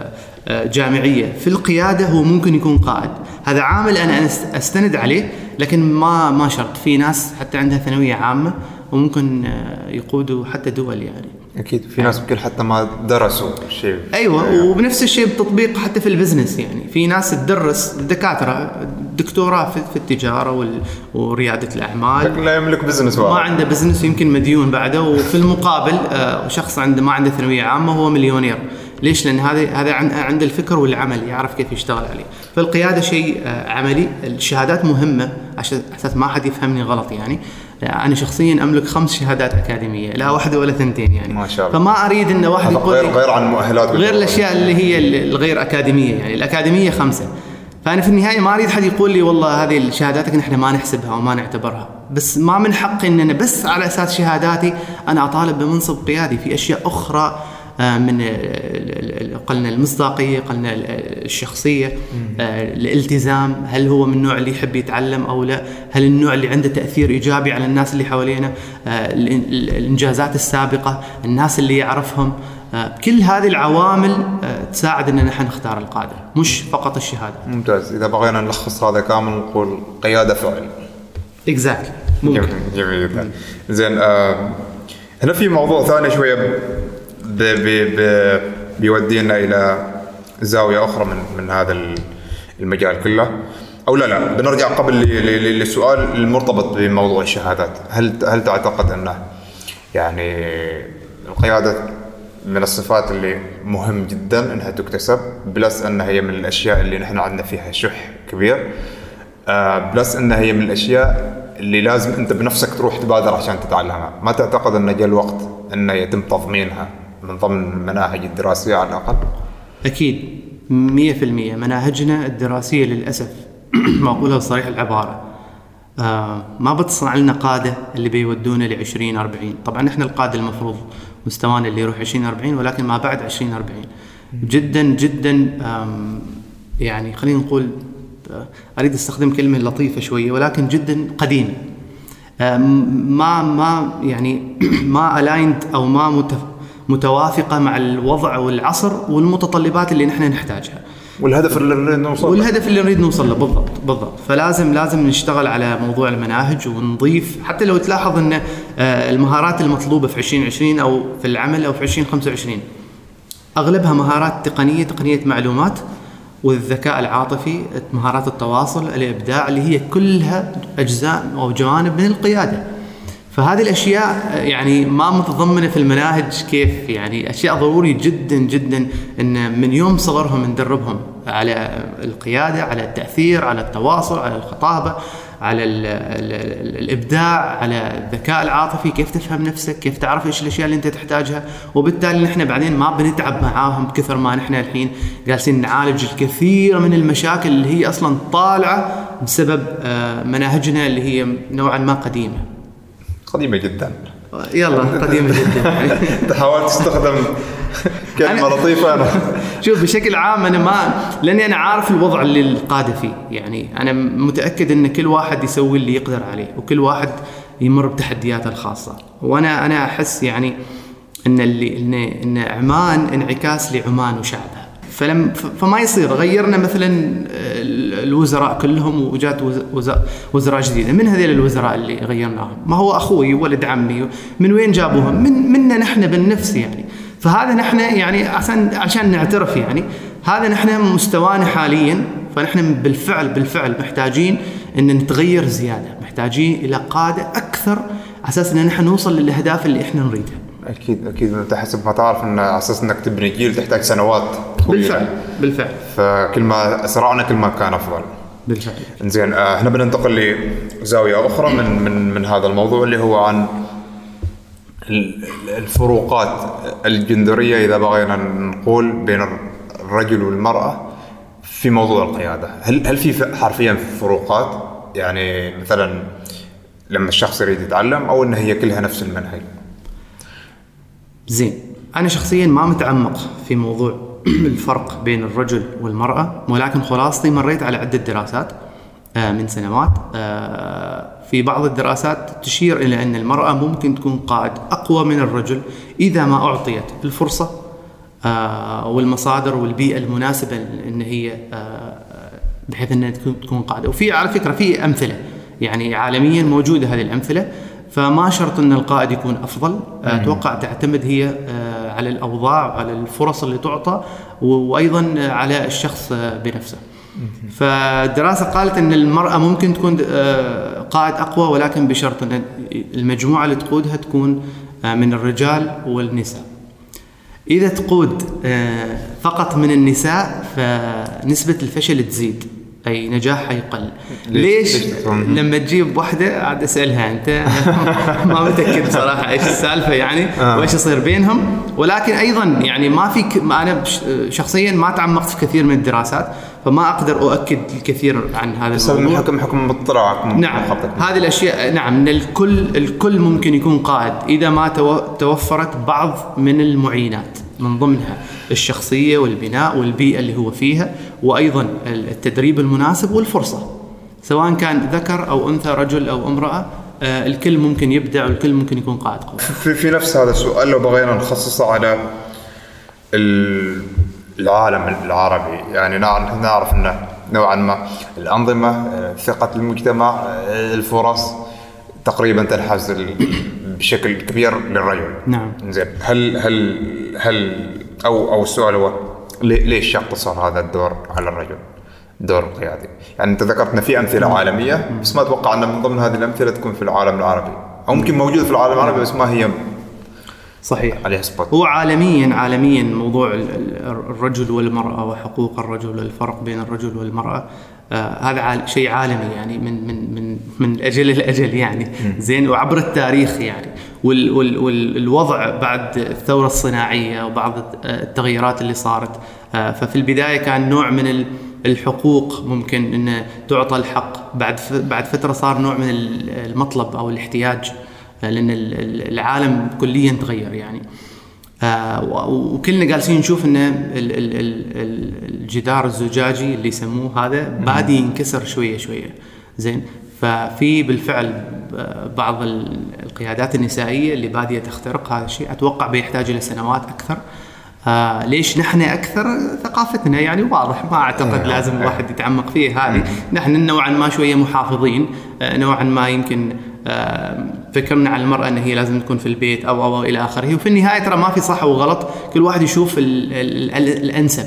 جامعيه في القياده هو ممكن يكون قائد. هذا عامل انا استند عليه، لكن ما ما شرط. في ناس حتى عندها ثانويه عامه وممكن يقودوا حتى دول يعني. اكيد في ناس يمكن حتى ما درسوا شيء. ايوه يعني. وبنفس الشيء بالتطبيق حتى في البزنس يعني. في ناس تدرس دكاتره دكتوراه في التجاره ورياده الاعمال، لكن لا يملك بزنس ما عنده بزنس يمكن مديون بعده، وفي المقابل شخص عنده ما عنده ثانويه عامه هو مليونير. ليش؟ لان هذا هذا عنده الفكر والعمل، يعرف كيف يشتغل عليه. فالقياده شيء عملي. الشهادات مهمه عشان اساس ما حد يفهمني غلط يعني. أنا شخصياً أملك خمس شهادات أكاديمية، لا واحدة ولا ثنتين يعني. ما شاء الله. فما أريد إن واحد يقول غير غير عن المؤهلات، غير الأشياء اللي هي الغير أكاديمية يعني. الأكاديمية خمسة. فأنا في النهاية ما أريد حد يقول لي والله هذه الشهاداتك نحن ما نحسبها وما نعتبرها. بس ما من حقي إن أنا بس على أساس شهاداتي أنا أطالب بمنصب قيادي. في أشياء أخرى من قلنا المصداقية، قلنا الشخصية، الالتزام. هل هو من النوع اللي يحب يتعلم أو لا؟ هل النوع اللي عنده تأثير إيجابي على الناس اللي حوالينا؟ الإنجازات السابقة، الناس اللي يعرفهم. كل هذه العوامل تساعد أننا نحن نختار القادة، مش فقط الشهادة. ممتاز. إذا بغينا نلخص هذا كامل نقول قيادة فعل. exactly. ممكن. جميل جدا. زين آه هنا في موضوع ثاني شوية بي بي بيودينا إلى زاوية أخرى من من هذا المجال كله. أو لا لا بنرجع قبل للسؤال المرتبط بموضوع الشهادات. هل هل تعتقد أنه يعني القيادة من الصفات اللي مهم جدا أنها تكتسب، بلس أنها هي من الأشياء اللي نحن عندنا فيها شح كبير، آه بلس أنها هي من الأشياء اللي لازم أنت بنفسك تروح تبادر عشان تتعلمها؟ ما تعتقد أن جاء الوقت أنه يتم تضمينها من ضمن المناهج الدراسية على الأقل؟ أكيد مية في المية. مناهجنا الدراسية للأسف ما أقولها بصريح العبارة آه ما بتصنع لنا قادة اللي بيودونا لعشرين أربعين. طبعا إحنا القادة المفروض مستوانا اللي يروح عشرين أربعين، ولكن ما بعد عشرين أربعين جدا جدا يعني خلينا نقول، أريد أستخدم كلمة لطيفة شوية ولكن جدا قديمة. ما ما يعني ما ألايند أو ما متف متوافقة مع الوضع والعصر والمتطلبات اللي نحن نحتاجها، والهدف اللي نريد نوصل والهدف اللي نريد نوصل له. بالضبط بالضبط. فلازم لازم نشتغل على موضوع المناهج ونضيف. حتى لو تلاحظ ان المهارات المطلوبة في عشرين عشرين او في العمل او في عشرين خمسة وعشرين اغلبها مهارات تقنية، تقنية معلومات، والذكاء العاطفي، مهارات التواصل، الابداع، اللي هي كلها اجزاء او جوانب من القيادة. فهذه الأشياء يعني ما متضمنة في المناهج. كيف يعني أشياء ضروري جدا جدا إن من يوم صغرهم ندربهم على القيادة، على التأثير، على التواصل، على الخطابة، على ال ال الإبداع، على الذكاء العاطفي، كيف تفهم نفسك، كيف تعرف إيش الأشياء اللي أنت تحتاجها. وبالتالي نحن بعدين ما بنتعب معاهم كثر ما نحن الحين جالسين نعالج الكثير من المشاكل اللي هي أصلا طالعة بسبب مناهجنا اللي هي نوعا ما قديمة قديمة جدا. يلا قديمة جدا. أنت حاولت تستخدم كلمة لطيفة. أنا شوف بشكل عام أنا ما لأني أنا عارف الوضع اللي القادة فيه، يعني أنا متأكد إن كل واحد يسوي اللي يقدر عليه وكل واحد يمر بتحدياته الخاصة. وأنا أنا أحس يعني إن اللي إن إن عمان انعكاس لعمان وشعبها. فلم فما يصير غيرنا مثلا الوزراء كلهم وجات وزراء جديدة. من هذول الوزراء اللي غيرناهم؟ ما هو أخوي ولد عمي. من وين جابوهم؟ من منا نحن بالنفس يعني. فهذا نحن يعني عشان عشان نعترف يعني هذا نحن مستوانا حاليا. فنحن بالفعل بالفعل محتاجين ان نتغير زيادة، محتاجين الى قادة اكثر اساس ان نحن نوصل للاهداف اللي احنا نريدها. اكيد اكيد انت حسب ما تعرف ان اساس انك تبني جيل تحتاج سنوات طويلة. بالفعل بالفعل. فكل ما اسرعنا كل ما كان افضل. بالفعل. زين احنا بننتقل لزاوية اخرى من من من هذا الموضوع اللي هو عن الفروقات الجندرية إذا بغينا نقول بين الرجل والمرأة في موضوع القيادة. هل هل في حرفيا فروقات؟ يعني مثلا لما الشخص يريد يتعلم أو إن هي كلها نفس المنهج؟ زين أنا شخصيا ما متعمق في موضوع الفرق بين الرجل والمرأة، ولكن خلاصتي مريت على عدة دراسات من سنوات. في بعض الدراسات تشير إلى أن المرأة ممكن تكون قائد أقوى من الرجل إذا ما أعطيت الفرصة والمصادر والبيئة المناسبة أن هي بحيث أنها تكون قائدة. وفي على فكرة في أمثلة يعني عالميا موجودة هذه الأمثلة. فما شرط أن القائد يكون أفضل. أتوقع تعتمد هي على الأوضاع وعلى الفرص اللي تعطى وأيضا على الشخص بنفسه. فالدراسة قالت أن المرأة ممكن تكون قائد أقوى، ولكن بشرط أن المجموعة اللي تقودها تكون من الرجال والنساء. إذا تقود فقط من النساء فنسبة الفشل تزيد، أي نجاحها يقل. ليش؟ ليش؟ لما تجيب واحدة عاد أسألها أنت ما متأكد صراحة إيش السالفة يعني آه. وإيش يصير بينهم. ولكن أيضا يعني ما في ك... أنا شخصيا ما تعمقت في كثير من الدراسات فما أقدر أؤكد الكثير عن هذا الموضوع. حكم حكم مطلع. نعم هذه الأشياء نعم إن الكل الكل ممكن يكون قائد إذا ما تو... توفرت بعض من المعينات من ضمنها الشخصية والبناء والبيئة اللي هو فيها، وأيضا التدريب المناسب والفرصة سواء كان ذكر أو أنثى رجل أو امرأة. آه الكل ممكن يبدع والكل ممكن يكون قائد قوي. في, في نفس هذا السؤال لو بغينا نخصصه على العالم العربي، يعني نعرف أن نوعا ما الأنظمة ثقة المجتمع الفرص تقريبا تنحاز بشكل كبير للرجل. نعم. زين هل هل هل او او السؤال هو ليش يقتصر هذا الدور على الرجل، دور القيادي؟ يعني انت ذكرتنا في امثله نعم. عالميه بس ما اتوقع ان من ضمن هذه الامثله تكون في العالم العربي، او ممكن موجوده في العالم العربي بس ما هي صحيح عليها سبوت. هو عالميا عالميا موضوع الرجل والمراه وحقوق الرجل والفرق بين الرجل والمراه آه هذا شيء عالمي يعني من من من من اجل الاجل يعني زين وعبر التاريخ يعني وال وال والوضع بعد الثوره الصناعيه وبعض التغيرات اللي صارت. آه ففي البدايه كان نوع من الحقوق ممكن ان تعطى الحق، بعد بعد فتره صار نوع من المطلب او الاحتياج لان العالم كليا تغير يعني. آه وكلنا جالسين نشوف ان الجدار الزجاجي اللي يسموه هذا بادي ينكسر شويه شويه زين. ففي بالفعل بعض القيادات النسائيه اللي باديه تخترق هذا الشيء. اتوقع بيحتاج الى سنوات اكثر. آه ليش نحن اكثر؟ ثقافتنا يعني واضح، ما اعتقد لازم الواحد يتعمق فيه. هذه نحن نوعا ما شويه محافظين، آه نوعا ما يمكن آه فكرنا على المرأة أن هي لازم تكون في البيت أو أو إلى آخره. وفي النهاية ترى ما في صح وغلط، كل واحد يشوف ال ال ال الأنسب.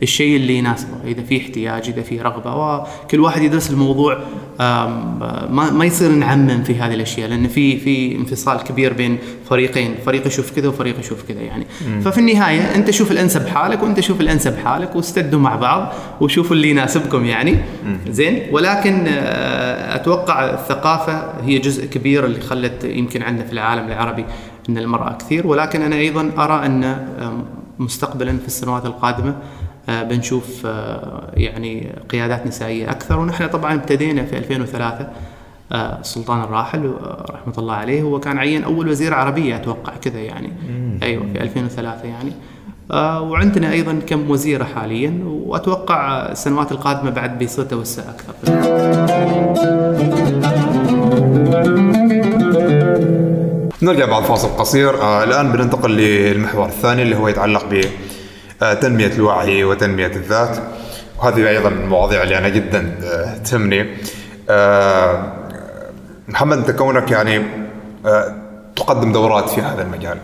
الشيء اللي يناسبه، إذا في احتياج، إذا في رغبة، وكل واحد يدرس الموضوع. ما ما يصير نعمم في هذه الأشياء، لأن في في انفصال كبير بين فريقين، فريق يشوف كذا وفريق يشوف كذا يعني. م. ففي النهاية أنت شوف الأنسب حالك وأنت شوف الأنسب حالك واستدوا مع بعض وشوفوا اللي يناسبكم يعني. م. زين. ولكن أتوقع الثقافة هي جزء كبير اللي خلت يمكن عندنا في العالم العربي أن المرأة كثير، ولكن أنا أيضا أرى أن مستقبلا في السنوات القادمة بنشوف يعني قيادات نسائية أكثر. ونحن طبعا ابتدينا في ألفين وثلاثة، السلطان الراحل رحمة الله عليه هو كان عين أول وزير عربية أتوقع كذا يعني. مم. أيوة في ألفين وثلاثة يعني. وعندنا أيضا كم وزيرة حاليا، وأتوقع السنوات القادمة بعد بيصير توسع أكثر. نرجع بعد فاصل قصير. آه الآن بننتقل للمحور الثاني اللي هو يتعلق بتنمية الوعي وتنمية الذات، وهذه أيضا من المواضيع اللي أنا جدا آه تهمني. آه محمد، أنت كونك يعني آه تقدم دورات في هذا المجال،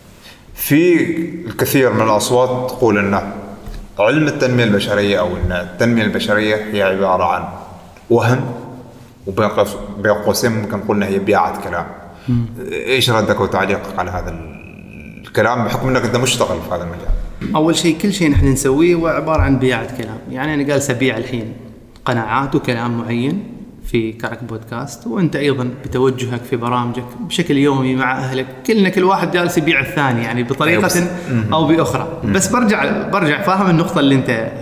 في الكثير من الأصوات تقول أن علم التنمية البشرية أو أن التنمية البشرية هي عبارة عن وهم، وبين قوسين ممكن نقول أنها هي بيعة كلام. م. إيش ردك وتعليقك على هذا الكلام بحكم أنك أنت مشتغل في هذا المجال؟ أول شيء كل شيء نحن نسويه هو عبارة عن بيعة كلام. يعني أنا قال سبيع الحين قناعات وكلام معين في كرك بودكاست، وأنت أيضا بتوجهك في برامجك بشكل يومي مع أهلك، كلنا كل واحد جالس يبيع الثاني يعني بطريقة أو بأخرى. بس برجع برجع فاهم النقطة اللي أنت.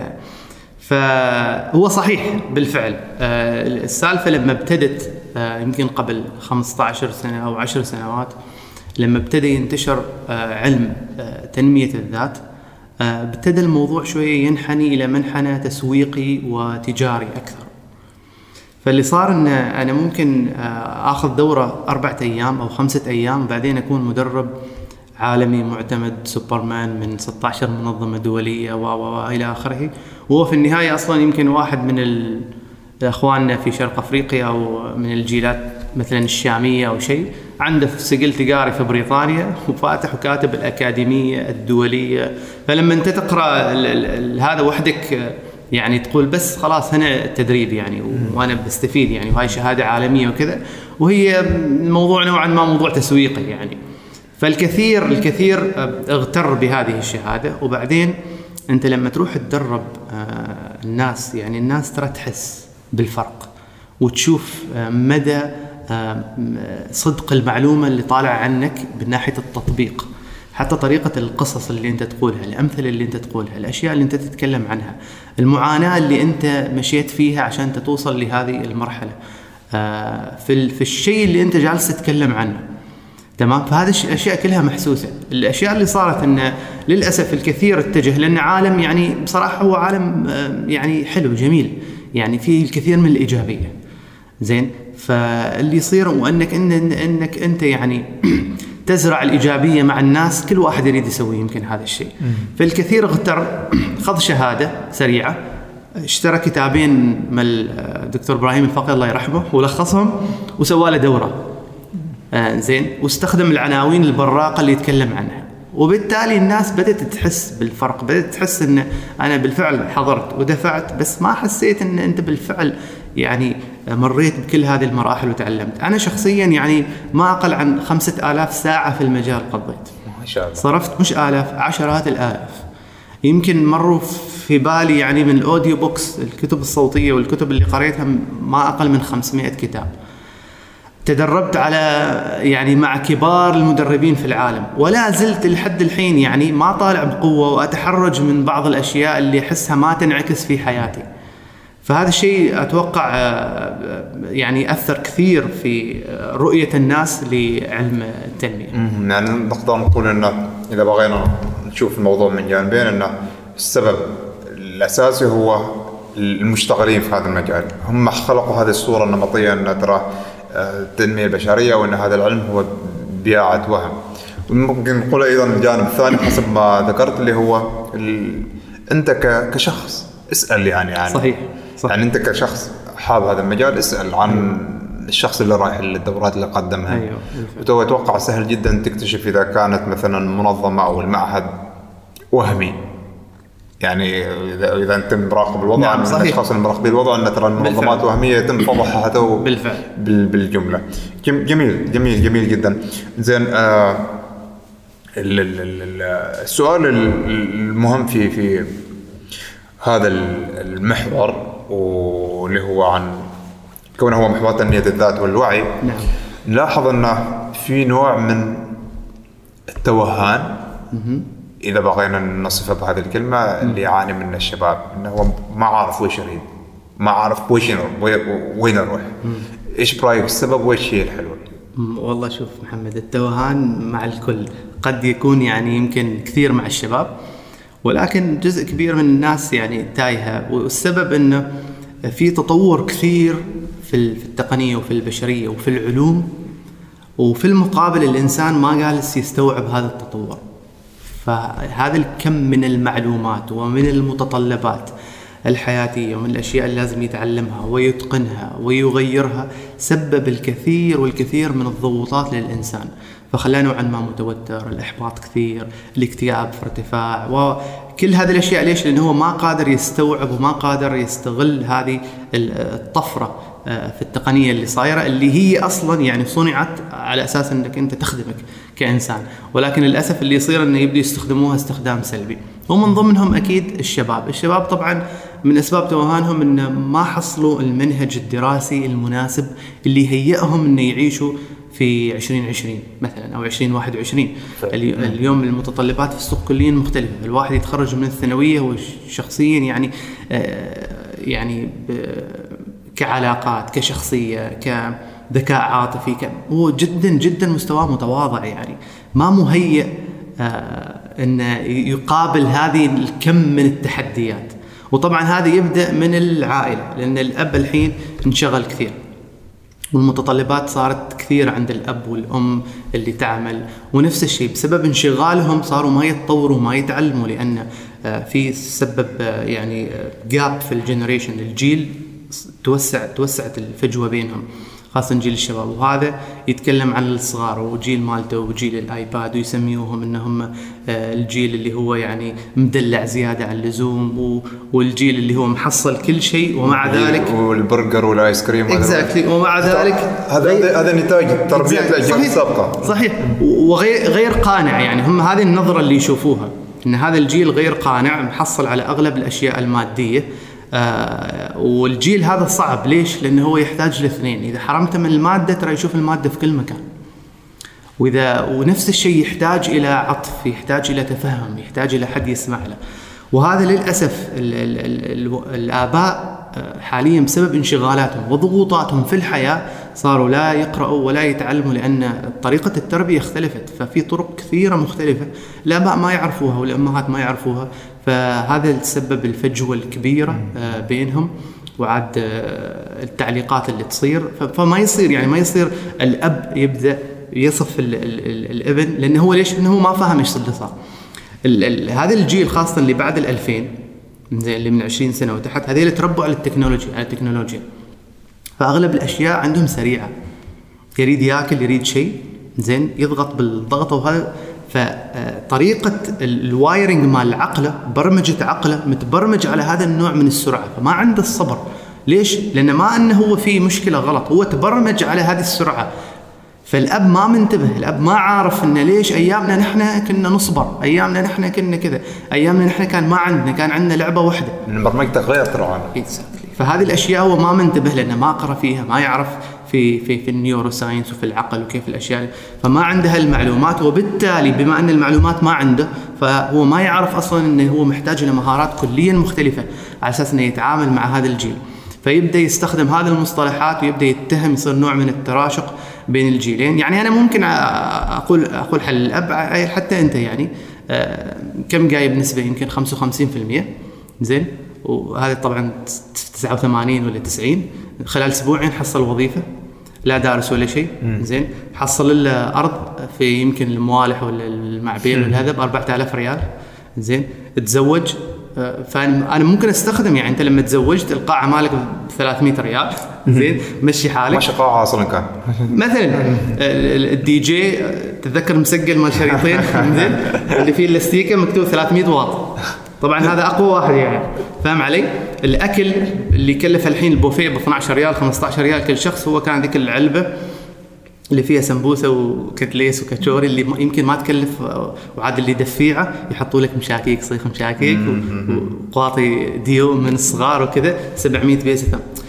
فهو صحيح بالفعل. السالفة لما ابتدت يمكن قبل خمسة عشر سنة أو عشر سنوات، لما ابتدى ينتشر علم تنمية الذات، ابتدى الموضوع شوية ينحني إلى منحنى تسويقي وتجاري أكثر. فاللي صار أن أنا ممكن أخذ دورة أربعة أيام أو خمسة أيام، بعدين أكون مدرب عالمي معتمد سوبرمان من ستة عشر منظمة دولية وإلى آخره. وهو في النهاية أصلا يمكن واحد من أخواننا في شرق أفريقيا أو من الجيلات مثلا الشامية أو شيء، عنده سجل تجاري في بريطانيا وفاتح وكاتب الأكاديمية الدولية. فلما أنت تقرأ هذا وحدك يعني تقول بس خلاص هنا التدريب يعني وأنا بستفيد يعني، وهاي شهادة عالمية وكذا. وهي الموضوع نوعا ما موضوع تسويقي يعني. فالكثير الكثير اغتر بهذه الشهادة. وبعدين أنت لما تروح تدرب الناس، يعني الناس ترى تحس بالفرق وتشوف مدى صدق المعلومة اللي طالع عنك من ناحية التطبيق، حتى طريقة القصص اللي أنت تقولها، الأمثلة اللي أنت تقولها، الأشياء اللي أنت تتكلم عنها، المعاناة اللي أنت مشيت فيها عشان توصل لهذه المرحلة، في في الشيء اللي أنت جالس تتكلم عنه. تمام. فهذه الأشياء كلها محسوسة. الأشياء اللي صارت إن للأسف الكثير اتجه، لأن عالم يعني بصراحة هو عالم يعني حلو جميل يعني فيه الكثير من الإيجابية. زين. فاللي يصير وأنك إن إنك أنت يعني تزرع الإيجابية مع الناس، كل واحد يريد يسوي يمكن هذا الشيء. فالكثير اغتر، خذ شهادة سريعة، اشترى كتابين من الدكتور إبراهيم الفقي الله يرحمه ولخصهم وسوى له دورة. آه زين. واستخدم العناوين البراقة اللي يتكلم عنها، وبالتالي الناس بدأت تحس بالفرق، بدأت تحس ان انا بالفعل حضرت ودفعت، بس ما حسيت ان انت بالفعل يعني مريت بكل هذه المراحل وتعلمت. انا شخصيا يعني ما اقل عن خمسة آلاف ساعة في المجال قضيت، ما شاء الله. صرفت مش آلاف، عشرات الآلاف. يمكن مروا في بالي يعني من الأوديو بوكس، الكتب الصوتية والكتب اللي قريتها ما أقل من خمسمائة كتاب. تدربت على يعني مع كبار المدربين في العالم، ولا زلت لحد الحين يعني ما طالع بقوة، وأتحرج من بعض الأشياء اللي أحسها ما تنعكس في حياتي. فهذا الشيء أتوقع يعني أثر كثير في رؤية الناس لعلم التنمية. يعني نقدر نقول إنه إذا بغينا نشوف الموضوع من جانبين، إنه السبب الأساسي هو المشتغلين في هذا المجال، هم خلقوا هذه الصورة النمطية أن ترى التنمية البشرية وأن هذا العلم هو بياعة وهم. وممكن نقول أيضا الجانب الثاني حسب ما ذكرت اللي هو ال... أنت ك... كشخص اسأل يعني عن صحيح. صح. يعني أنت كشخص حاب هذا المجال اسأل عن الشخص اللي رايح للدورات اللي قدمها. أيوه. وتوقع سهل جدا تكتشف إذا كانت مثلا منظمة أو المعهد وهمي يعني اذا اذا انت مراقب الوضع، نعم صحيح. الاشخاص المراقبين الوضع ان ترى المنظمات الوهميه يتم فضحها حتى بالفعل بالجمله. جميل جميل جميل جدا. زين آه السؤال المهم في في هذا المحور واللي هو عن كونه هو محور تنمية الذات والوعي. نعم. نلاحظ أنه في نوع من التوهان إذا بغينا نصفه بهذه الكلمة اللي يعاني منه الشباب، أنه هو ما عارف ويش يريد، ما عارف ويش وين يروح. إيش برأيك السبب وإيش هي الحلول؟ والله شوف محمد، التوهان مع الكل، قد يكون يعني يمكن كثير مع الشباب، ولكن جزء كبير من الناس يعني تايهة. والسبب أنه في تطور كثير في التقنية وفي البشرية وفي العلوم، وفي المقابل الإنسان ما جالس يستوعب هذا التطور. فهذا الكم من المعلومات ومن المتطلبات الحياتية ومن الأشياء اللي لازم يتعلمها ويتقنها ويغيرها سبب الكثير والكثير من الضغوطات للإنسان، فخلاه نوعا ما متوتر، الإحباط كثير، الاكتئاب في ارتفاع، وكل هذه الأشياء. ليش؟ لأنه هو ما قادر يستوعب وما قادر يستغل هذه الطفرة في التقنية اللي صايرة، اللي هي أصلا يعني صنعت على أساس أنك أنت تخدمك كإنسان، ولكن للأسف اللي يصير أنه يبدأ يستخدموها استخدام سلبي. ومن ضمنهم أكيد الشباب. الشباب طبعا من أسباب توهانهم أنه ما حصلوا المنهج الدراسي المناسب اللي يهيئهم أنه يعيشوا في عشرين عشرين مثلا أو عشرين واحد وعشرين. اليوم المتطلبات في السوق كليا مختلفة. الواحد يتخرج من الثانوية وشخصيا يعني يعني كعلاقات، كشخصية، كذكاء عاطفي، هو جدا جدا مستواه متواضع، يعني ما مهيئ أن يقابل هذه الكم من التحديات. وطبعا هذا يبدأ من العائلة، لأن الأب الحين انشغل كثير، والمتطلبات صارت كثير عند الأب والأم اللي تعمل، ونفس الشيء بسبب انشغالهم صاروا ما يتطوروا ما يتعلموا، لأن في سبب يعني جاب في الجنريشن، الجيل توسع توسعت الفجوة بينهم، خاصة جيل الشباب. وهذا يتكلم عن الصغار وجيل مالته وجيل الآيباد، ويسميوهم إنهم الجيل اللي هو يعني مدلع زيادة عن اللزوم، والجيل اللي هو محصل كل شيء ومع ذلك والبرجر والآيس كريم exactly. ومع ذلك هذا هذا نتاج تربية الأجيال السابقة. صحيح. وغير غير قانع، يعني هم هذه النظرة اللي يشوفوها، إن هذا الجيل غير قانع، محصل على أغلب الأشياء المادية. آه والجيل هذا صعب. ليش؟ لأنه هو يحتاج لاثنين. إذا حرمته من المادة ترى يشوف المادة في كل مكان، وإذا ونفس الشيء يحتاج إلى عطف، يحتاج إلى تفهم، يحتاج إلى حد يسمع له. وهذا للأسف ال ال ال الآباء حاليا بسبب انشغالاتهم وضغوطاتهم في الحياة صاروا لا يقرأوا ولا يتعلموا، لأن طريقة التربية اختلفت. ففي طرق كثيرة مختلفة الآباء ما يعرفوها والأمهات ما يعرفوها، فهذا السبب الفجوة الكبيرة بينهم، وعاد التعليقات اللي تصير. فما يصير يعني ما يصير الأب يبدأ يصف ال ال الابن، لأنه هو ليش؟ لأنه ما فهم إيش اللي صار. هذا الجيل خاصة اللي بعد الألفين، زي اللي من عشرين سنة وتحت، هذول تربوا على التكنولوجيا على التكنولوجيا فأغلب الأشياء عندهم سريعة. يريد يأكل، يريد شيء زين يضغط بالضغط، وهذا فطريقة الوايرنج مال عقله، برمجة عقله متبرمج على هذا النوع من السرعة، فما عنده الصبر. ليش؟ لأن ما أنه هو فيه مشكلة غلط، هو تبرمج على هذه السرعة. فالأب ما منتبه، الأب ما عارف إن ليش أيامنا نحن كنا نصبر، أيامنا نحن كنا كذا، أيامنا نحن كان ما عندنا كان عندنا لعبة واحدة. برمجتك غير ترى. فهذه الأشياء هو ما منتبه، لأنه ما قرأ فيها، ما يعرف في في في النيورو ساينس وفي العقل وكيف الأشياء، فما عنده المعلومات. وبالتالي بما أن المعلومات ما عنده، فهو ما يعرف أصلاً إنه هو محتاج لمهارات كلياً مختلفة على أساس إنه يتعامل مع هذا الجيل. فيبدأ يستخدم هذه المصطلحات ويبدأ يتهم، يصير نوع من التراشق بين الجيلين. يعني أنا ممكن أقول أقول حل الأب حتى أنت يعني كم جايب نسبة؟ يمكن خمسة وخمسين بالمئة زين، وهذا طبعا تسعة وثمانين ولا تسعين. خلال أسبوعين حصل وظيفة، لا دارس ولا شيء زين، حصل الأرض في يمكن الموالح ولا المعبير ولا هذا بأربعة آلاف ريال زين، تزوج. فأنا ممكن أستخدم، يعني أنت لما تزوجت القاعة مالك بثلاثمية ريال زين، مشي حالك. ماشي قاعة أصلاً كان مثلاً الدي جي تتذكر مسجل مال شريطين زين اللي فيه الاستيكة مكتوب ثلاثمية واط طبعا هذا اقوى واحد يعني، فاهم علي؟ الاكل اللي كلف الحين البوفيه ب اثنا عشر ريال خمسة عشر ريال كل شخص، هو كان ذيك العلبه اللي فيها سمبوسه وكتليس وكاتشوري اللي يمكن ما تكلف، وعاد اللي دفيعه يحطوا لك مشاكيك صيخ مشاكيك وقاطي ديو من الصغار وكذا سبعمية بيسة.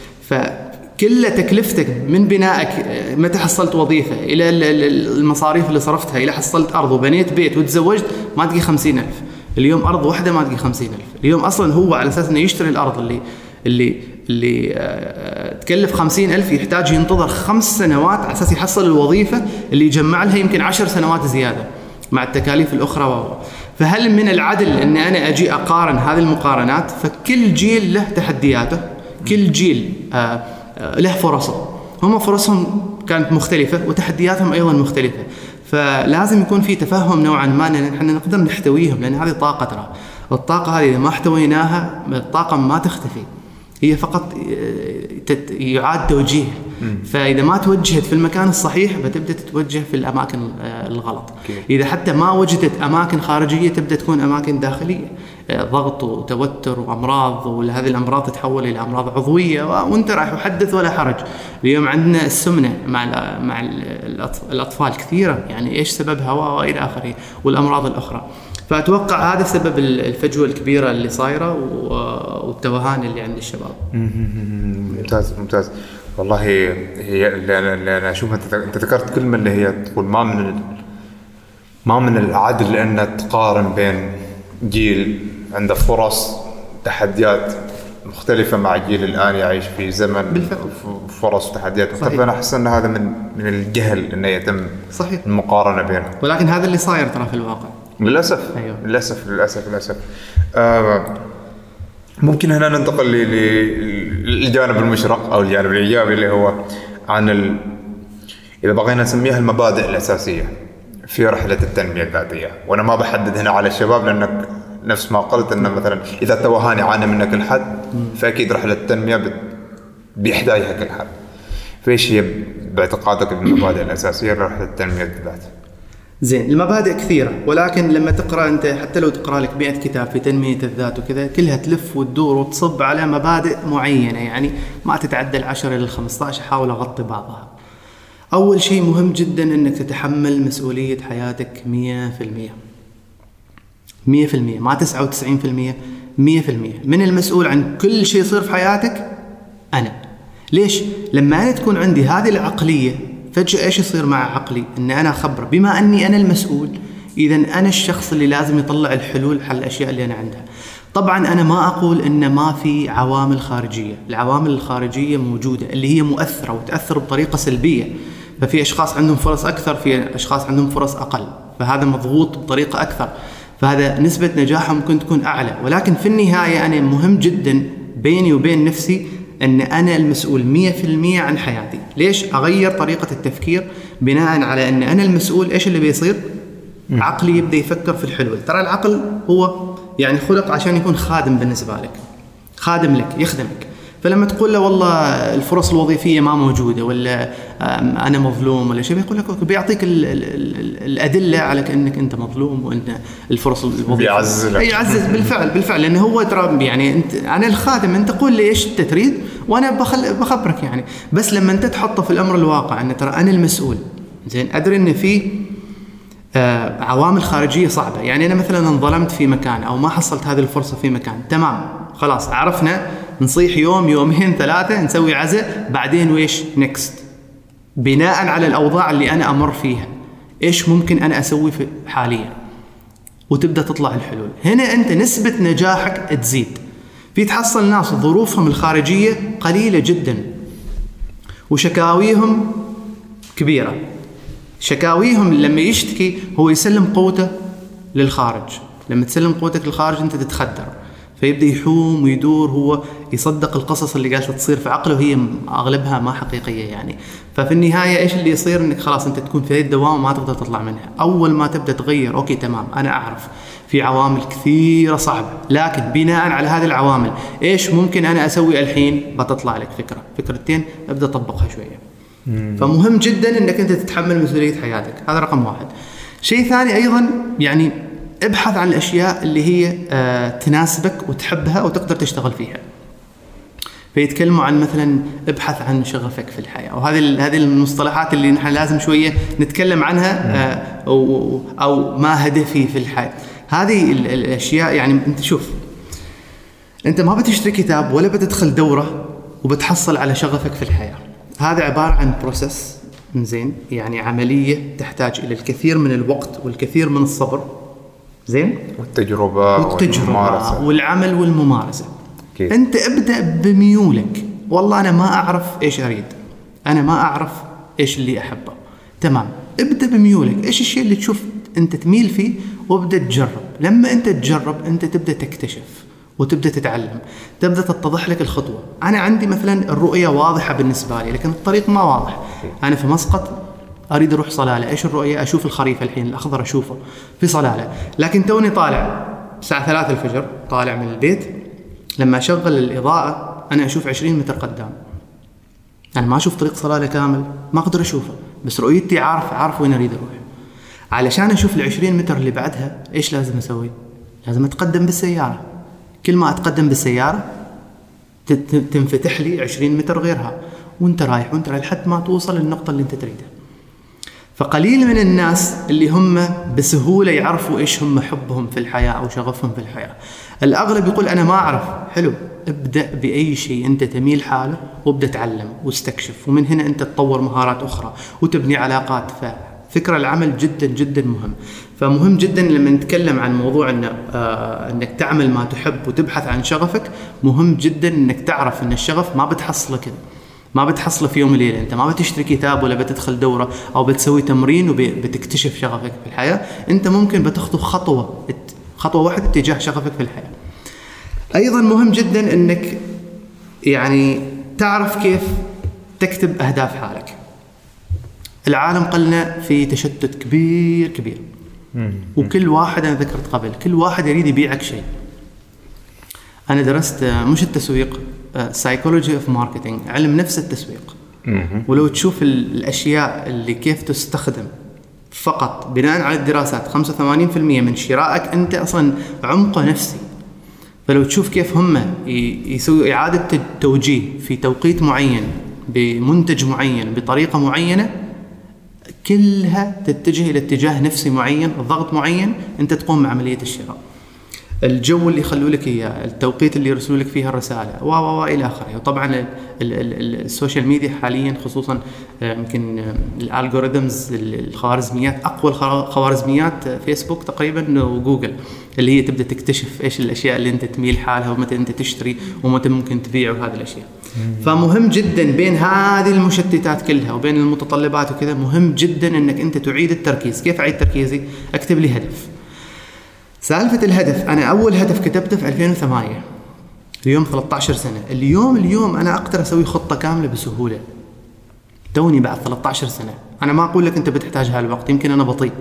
فكل تكلفتك من بنائك متى حصلت وظيفه الى المصاريف اللي صرفتها الى حصلت ارض وبنيت بيت وتزوجت ما تجي خمسين ألف. اليوم ارض واحده ما تجي خمسين ألف. اليوم اصلا هو على اساس انه يشتري الارض اللي اللي اللي آه تكلف خمسين ألف يحتاج ينتظر خمس سنوات على أساس يحصل الوظيفة اللي يجمع لها يمكن عشر سنوات زيادة مع التكاليف الأخرى. فهل من العدل أن أنا أجي أقارن هذه المقارنات؟ فكل جيل له تحدياته، كل جيل آه آه له فرصه، هم فرصهم كانت مختلفة وتحدياتهم أيضا مختلفة. فلازم يكون في تفهم نوعا ما أن نحن نقدر نحتويهم، لأن هذه طاقة ترى، والطاقة هذه إذا ما احتويناها الطاقة ما تختفي، هي فقط يعاد توجيه. فإذا ما توجهت في المكان الصحيح بتبدأ تتوجه في الأماكن الغلط. إذا حتى ما وجدت أماكن خارجية تبدأ تكون أماكن داخلية، ضغط وتوتر وأمراض، وهذه الأمراض تتحول إلى أمراض عضوية وأنت رايح وحدث ولا حرج. اليوم عندنا السمنة مع مع الأطفال كثيرة، يعني إيش سببها وإلى آخره، والأمراض الأخرى. فأتوقع هذا سبب الفجوة الكبيرة اللي صايرة والتوهان اللي عند الشباب. ممتاز ممتاز والله. هي اللي أنا أشوفها، أنت ذكرت كلمة اللي هي تقول ما من ما من العدل أن تقارن بين جيل عنده فرص تحديات مختلفة مع جيل الآن يعيش في زمن فرص وتحديات مختلفة. أنا أحس أن هذا من من الجهل أنه يتم صحيح المقارنة بينهم، ولكن هذا اللي صاير ترى في الواقع للأسف. أيوة. للأسف للأسف للأسف آه ممكن هنا ننتقل للجانب المشرق أو الجانب الإيجابي اللي هو عن ال... إذا بغينا نسميها المبادئ الأساسية في رحلة التنمية الذاتية. وأنا ما بحدد هنا على الشباب، لأنك نفس ما قلت أن مثلا إذا التوهان يعاني منك الحد فأكيد رحلة التنمية بيحتاجها كل حد. فإيش هي باعتقادك المبادئ الأساسية لرحلة التنمية الذات؟ زين، المبادئ كثيرة، ولكن لما تقرأ أنت حتى لو تقرأ لك مئة كتاب في تنمية الذات وكذا كلها تلف وتدور وتصب على مبادئ معينة، يعني ما تتعدى العشر إلى الخمسة عشر. حاول أغطي بعضها. أول شيء مهم جدا أنك تتحمل مسؤولية حياتك مية في المية مية في المية، ما تسعة وتسعين في المية، مية في المية. من المسؤول عن كل شيء يصير في حياتك أنا. ليش؟ لما أنا تكون عندي هذه العقلية فجأة إيش يصير مع عقلي؟ إن أنا خبره بما أني أنا المسؤول، إذا أنا الشخص اللي لازم يطلع الحلول حل الأشياء اللي أنا عندها. طبعا أنا ما أقول إن ما في عوامل خارجية، العوامل الخارجية موجودة اللي هي مؤثرة وتأثر بطريقة سلبية. ففي أشخاص عندهم فرص أكثر، في أشخاص عندهم فرص أقل، فهذا مضغوط بطريقة أكثر، فهذا نسبة نجاحهم ممكن تكون أعلى. ولكن في النهاية أنا مهم جدا بيني وبين نفسي أن أنا المسؤول مية في المية عن حياتي. ليش؟ أغير طريقة التفكير بناء على أن أنا المسؤول. إيش اللي بيصير؟ م. عقلي يبدأ يفكر في الحلول. ترى العقل هو يعني خلق عشان يكون خادم بالنسبة لك، خادم لك، يخدمك. فلما تقول له والله الفرص الوظيفية ما موجودة، ولا أنا مظلوم ولا شيء، بيقول لك بيعطيك ال ال ال الأدلة على أنك أنت مظلوم وأن الفرص الوظيفية بيعزز لك. يعزز بالفعل بالفعل لأنه هو ترى يعني أنت أنا الخادم، أنت قول لي إيش أنت تريد وأنا بخل بخبرك يعني. بس لما أنت تحطه في الأمر الواقع أن ترى أنا المسؤول، زين، أدري أن في آه عوامل خارجية صعبة. يعني أنا مثلا انظلمت في مكان أو ما حصلت هذه الفرصة في مكان، تمام، خلاص عرفنا نصيح يوم يومين ثلاثة، نسوي عزاء، بعدين ويش نكست بناء على الأوضاع اللي أنا أمر فيها. إيش ممكن أنا أسوي في حاليا، وتبدأ تطلع الحلول. هنا أنت نسبة نجاحك تزيد. في تحصل ناس ظروفهم الخارجية قليلة جدا وشكاويهم كبيرة. شكاويهم لما يشتكي هو يسلم قوته للخارج. لما تسلم قوتك للخارج أنت تتخدر، فيبدأ يحوم ويدور، هو يصدق القصص اللي قاعدة تصير في عقله وهي أغلبها ما حقيقية يعني. ففي النهاية إيش اللي يصير؟ إنك خلاص أنت تكون في هذه الدوامة ما تقدر تطلع منها. أول ما تبدأ تغير، أوكي تمام، أنا أعرف في عوامل كثيرة صعبة، لكن بناء على هذه العوامل إيش ممكن أنا أسوي الحين؟ بتطلع لك فكرة فكرتين أبدأ أطبقها شوية. مم. فمهم جدا إنك أنت تتحمل مسؤولية حياتك، هذا رقم واحد. شيء ثاني أيضا، يعني ابحث عن الأشياء اللي هي آه تناسبك وتحبها وتقدر تشتغل فيها. فيتكلموا عن مثلا ابحث عن شغفك في الحياة، وهذه هذه المصطلحات اللي نحن لازم شوية نتكلم عنها. آه أو, أو ما هدفي في الحياة، هذه الأشياء. يعني أنت شوف، أنت ما بتشتري كتاب ولا بتدخل دورة وبتحصل على شغفك في الحياة. هذا عبارة عن بروسس، زين، يعني عملية تحتاج إلى الكثير من الوقت والكثير من الصبر، زين، والتجربة, والتجربة والعمل والممارسة. كيف. أنت ابدأ بميولك. والله أنا ما أعرف إيش أريد، أنا ما أعرف إيش اللي أحبه، تمام، ابدأ بميولك. إيش الشيء اللي تشوف أنت تميل فيه وابدأ تجرب. لما أنت تجرب أنت تبدأ تكتشف وتبدأ تتعلم، تبدأ تتضح لك الخطوة. أنا عندي مثلا الرؤية واضحة بالنسبة لي، لكن الطريق ما واضح. أنا في مسقط أريد أروح صلالة، إيش الرؤية؟ أشوف الخريف الحين الأخضر أشوفه في صلالة، لكن توني طالع الساعة ثلاثة الفجر طالع من البيت، لما أشغل الإضاءة أنا أشوف عشرين متر قدام. أنا ما أشوف طريق صلالة كامل، ما أقدر أشوفه، بس رؤيتي عارف عارف وين أريد أروح. علشان أشوف العشرين متر اللي بعدها إيش لازم أسوي؟ لازم أتقدم بالسيارة. كل ما أتقدم بالسيارة تنفتح لي عشرين متر غيرها، وانت رايح وانت رايح لحد ما توصل للنقطة اللي انت تريدها. فقليل من الناس اللي هم بسهولة يعرفوا ايش هم حبهم في الحياة او شغفهم في الحياة. الأغلب يقول أنا ما أعرف. حلو، ابدأ بأي شيء انت تميل حاله وابدأ تعلم واستكشف، ومن هنا انت تطور مهارات أخرى وتبني علاقات. ففكرة العمل جدا جدا مهم. فمهم جدا لما نتكلم عن موضوع إن آه انك تعمل ما تحب وتبحث عن شغفك، مهم جدا انك تعرف ان الشغف ما بتحصله كده، ما بتحصله في يوم وليلة. انت ما بتشتري كتاب ولا بتدخل دورة او بتسوي تمرين وبتكتشف شغفك في الحياة. انت ممكن بتخطو خطوة خطوة واحدة اتجاه شغفك في الحياة. ايضا مهم جدا انك يعني تعرف كيف تكتب اهداف حالك. العالم قلنا في تشتت كبير كبير، وكل واحد، أنا ذكرت قبل، كل واحد يريد يبيعك شيء. أنا درست مش التسويق، psychology of marketing، علم نفس التسويق. ولو تشوف الأشياء اللي كيف تستخدم فقط بناء على الدراسات، خمسة وثمانين بالمئة من شرائك أنت أصلا عمقه نفسي. فلو تشوف كيف هم يسوي إعادة توجيه في توقيت معين بمنتج معين بطريقة معينة، كلها تتجه إلى اتجاه نفسي معين، ضغط معين، أنت تقوم بعملية الشراء. الجو اللي يخلوا لك إياه، التوقيت اللي يرسلوا لك فيها الرسالة، و و إلى آخره. وطبعا السوشيال ميديا حاليا خصوصا يمكن الالغوريثمز، الخوارزميات، أقوى الخوارزميات فيسبوك تقريبا وجوجل، اللي هي تبدأ تكتشف إيش الأشياء اللي أنت تميل حالها ومتى أنت تشتري ومتى ممكن تبيع وهذه الأشياء. فمهم جدا بين هذه المشتتات كلها وبين المتطلبات وكذا، مهم جدا أنك أنت تعيد التركيز. كيف أعيد تركيزي؟ أكتب لي هدف. سالفة الهدف، أنا أول هدف كتبته في ألفين وثمانية، اليوم ثلاثة عشر سنة. اليوم اليوم أنا أقدر أسوي خطة كاملة بسهولة، توني بعد ثلاثة عشر سنة. أنا ما أقول لك أنت بتحتاج هالوقت، يمكن أنا بطيء،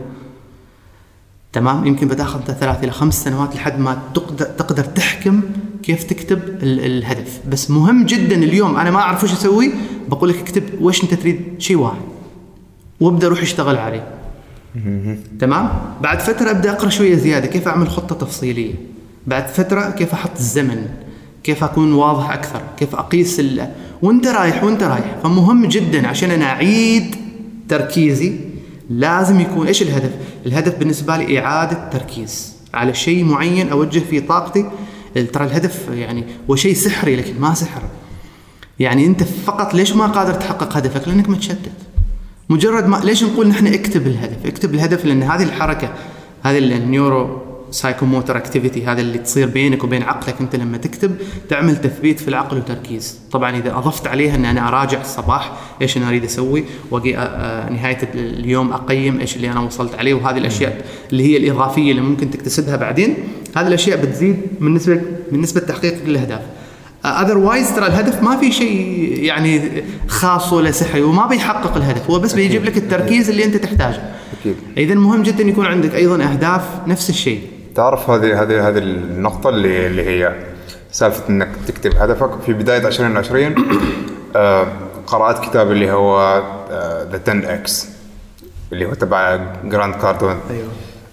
تمام، يمكن بتاخذ ثلاث إلى خمس سنوات لحد ما تقدر تقدر تحكم كيف تكتب الهدف. بس مهم جدا اليوم أنا ما أعرف وش أسوي، بقول لك اكتب وش أنت تريد، شيء واحد، وابدأ روح اشتغل عليه. تمام. بعد فترة أبدأ أقرأ شوية زيادة، كيف أعمل خطة تفصيلية. بعد فترة كيف أحط الزمن، كيف أكون واضح أكثر، كيف أقيس ال... وأنت رايح وأنت رايح. فمهم جدا عشان أنا أعيد تركيزي لازم يكون إيش الهدف؟ الهدف بالنسبة لي إعادة تركيز على شيء معين أوجه فيه طاقتي. ترى الهدف يعني هو شيء سحري، لكن ما سحر. يعني أنت فقط ليش ما قادر تحقق هدفك؟ لأنك متشتت. مجرد ما ليش نقول نحن اكتب الهدف؟ اكتب الهدف لأن هذه الحركة، هذه النيورو سايكوموتر اكتيفيتي، هذا اللي تصير بينك وبين عقلك. انت لما تكتب تعمل تثبيت في العقل وتركيز. طبعا اذا اضفت عليها ان انا اراجع الصباح ايش انا اريد اسوي، واجي نهايه اليوم اقيم ايش اللي انا وصلت عليه، وهذه الاشياء اللي هي الاضافيه اللي ممكن تكتسبها بعدين، هذه الاشياء بتزيد من نسبه من نسبه تحقيقك للاهداف. otherwise ترى الهدف ما في شيء يعني خاص ولا سحري، وما بيحقق الهدف، هو بس بيجيب لك التركيز اللي انت تحتاجه. اذا مهم جدا يكون عندك ايضا اهداف نفس الشيء. تعرف هذه هذه هذه النقطه اللي اللي هي سالفه انك تكتب هدفك في بدايه عشرين عشرين. آه قرات كتاب اللي هو ذا عشرة إكس اللي هو تبع جراند كاردون. ايوه.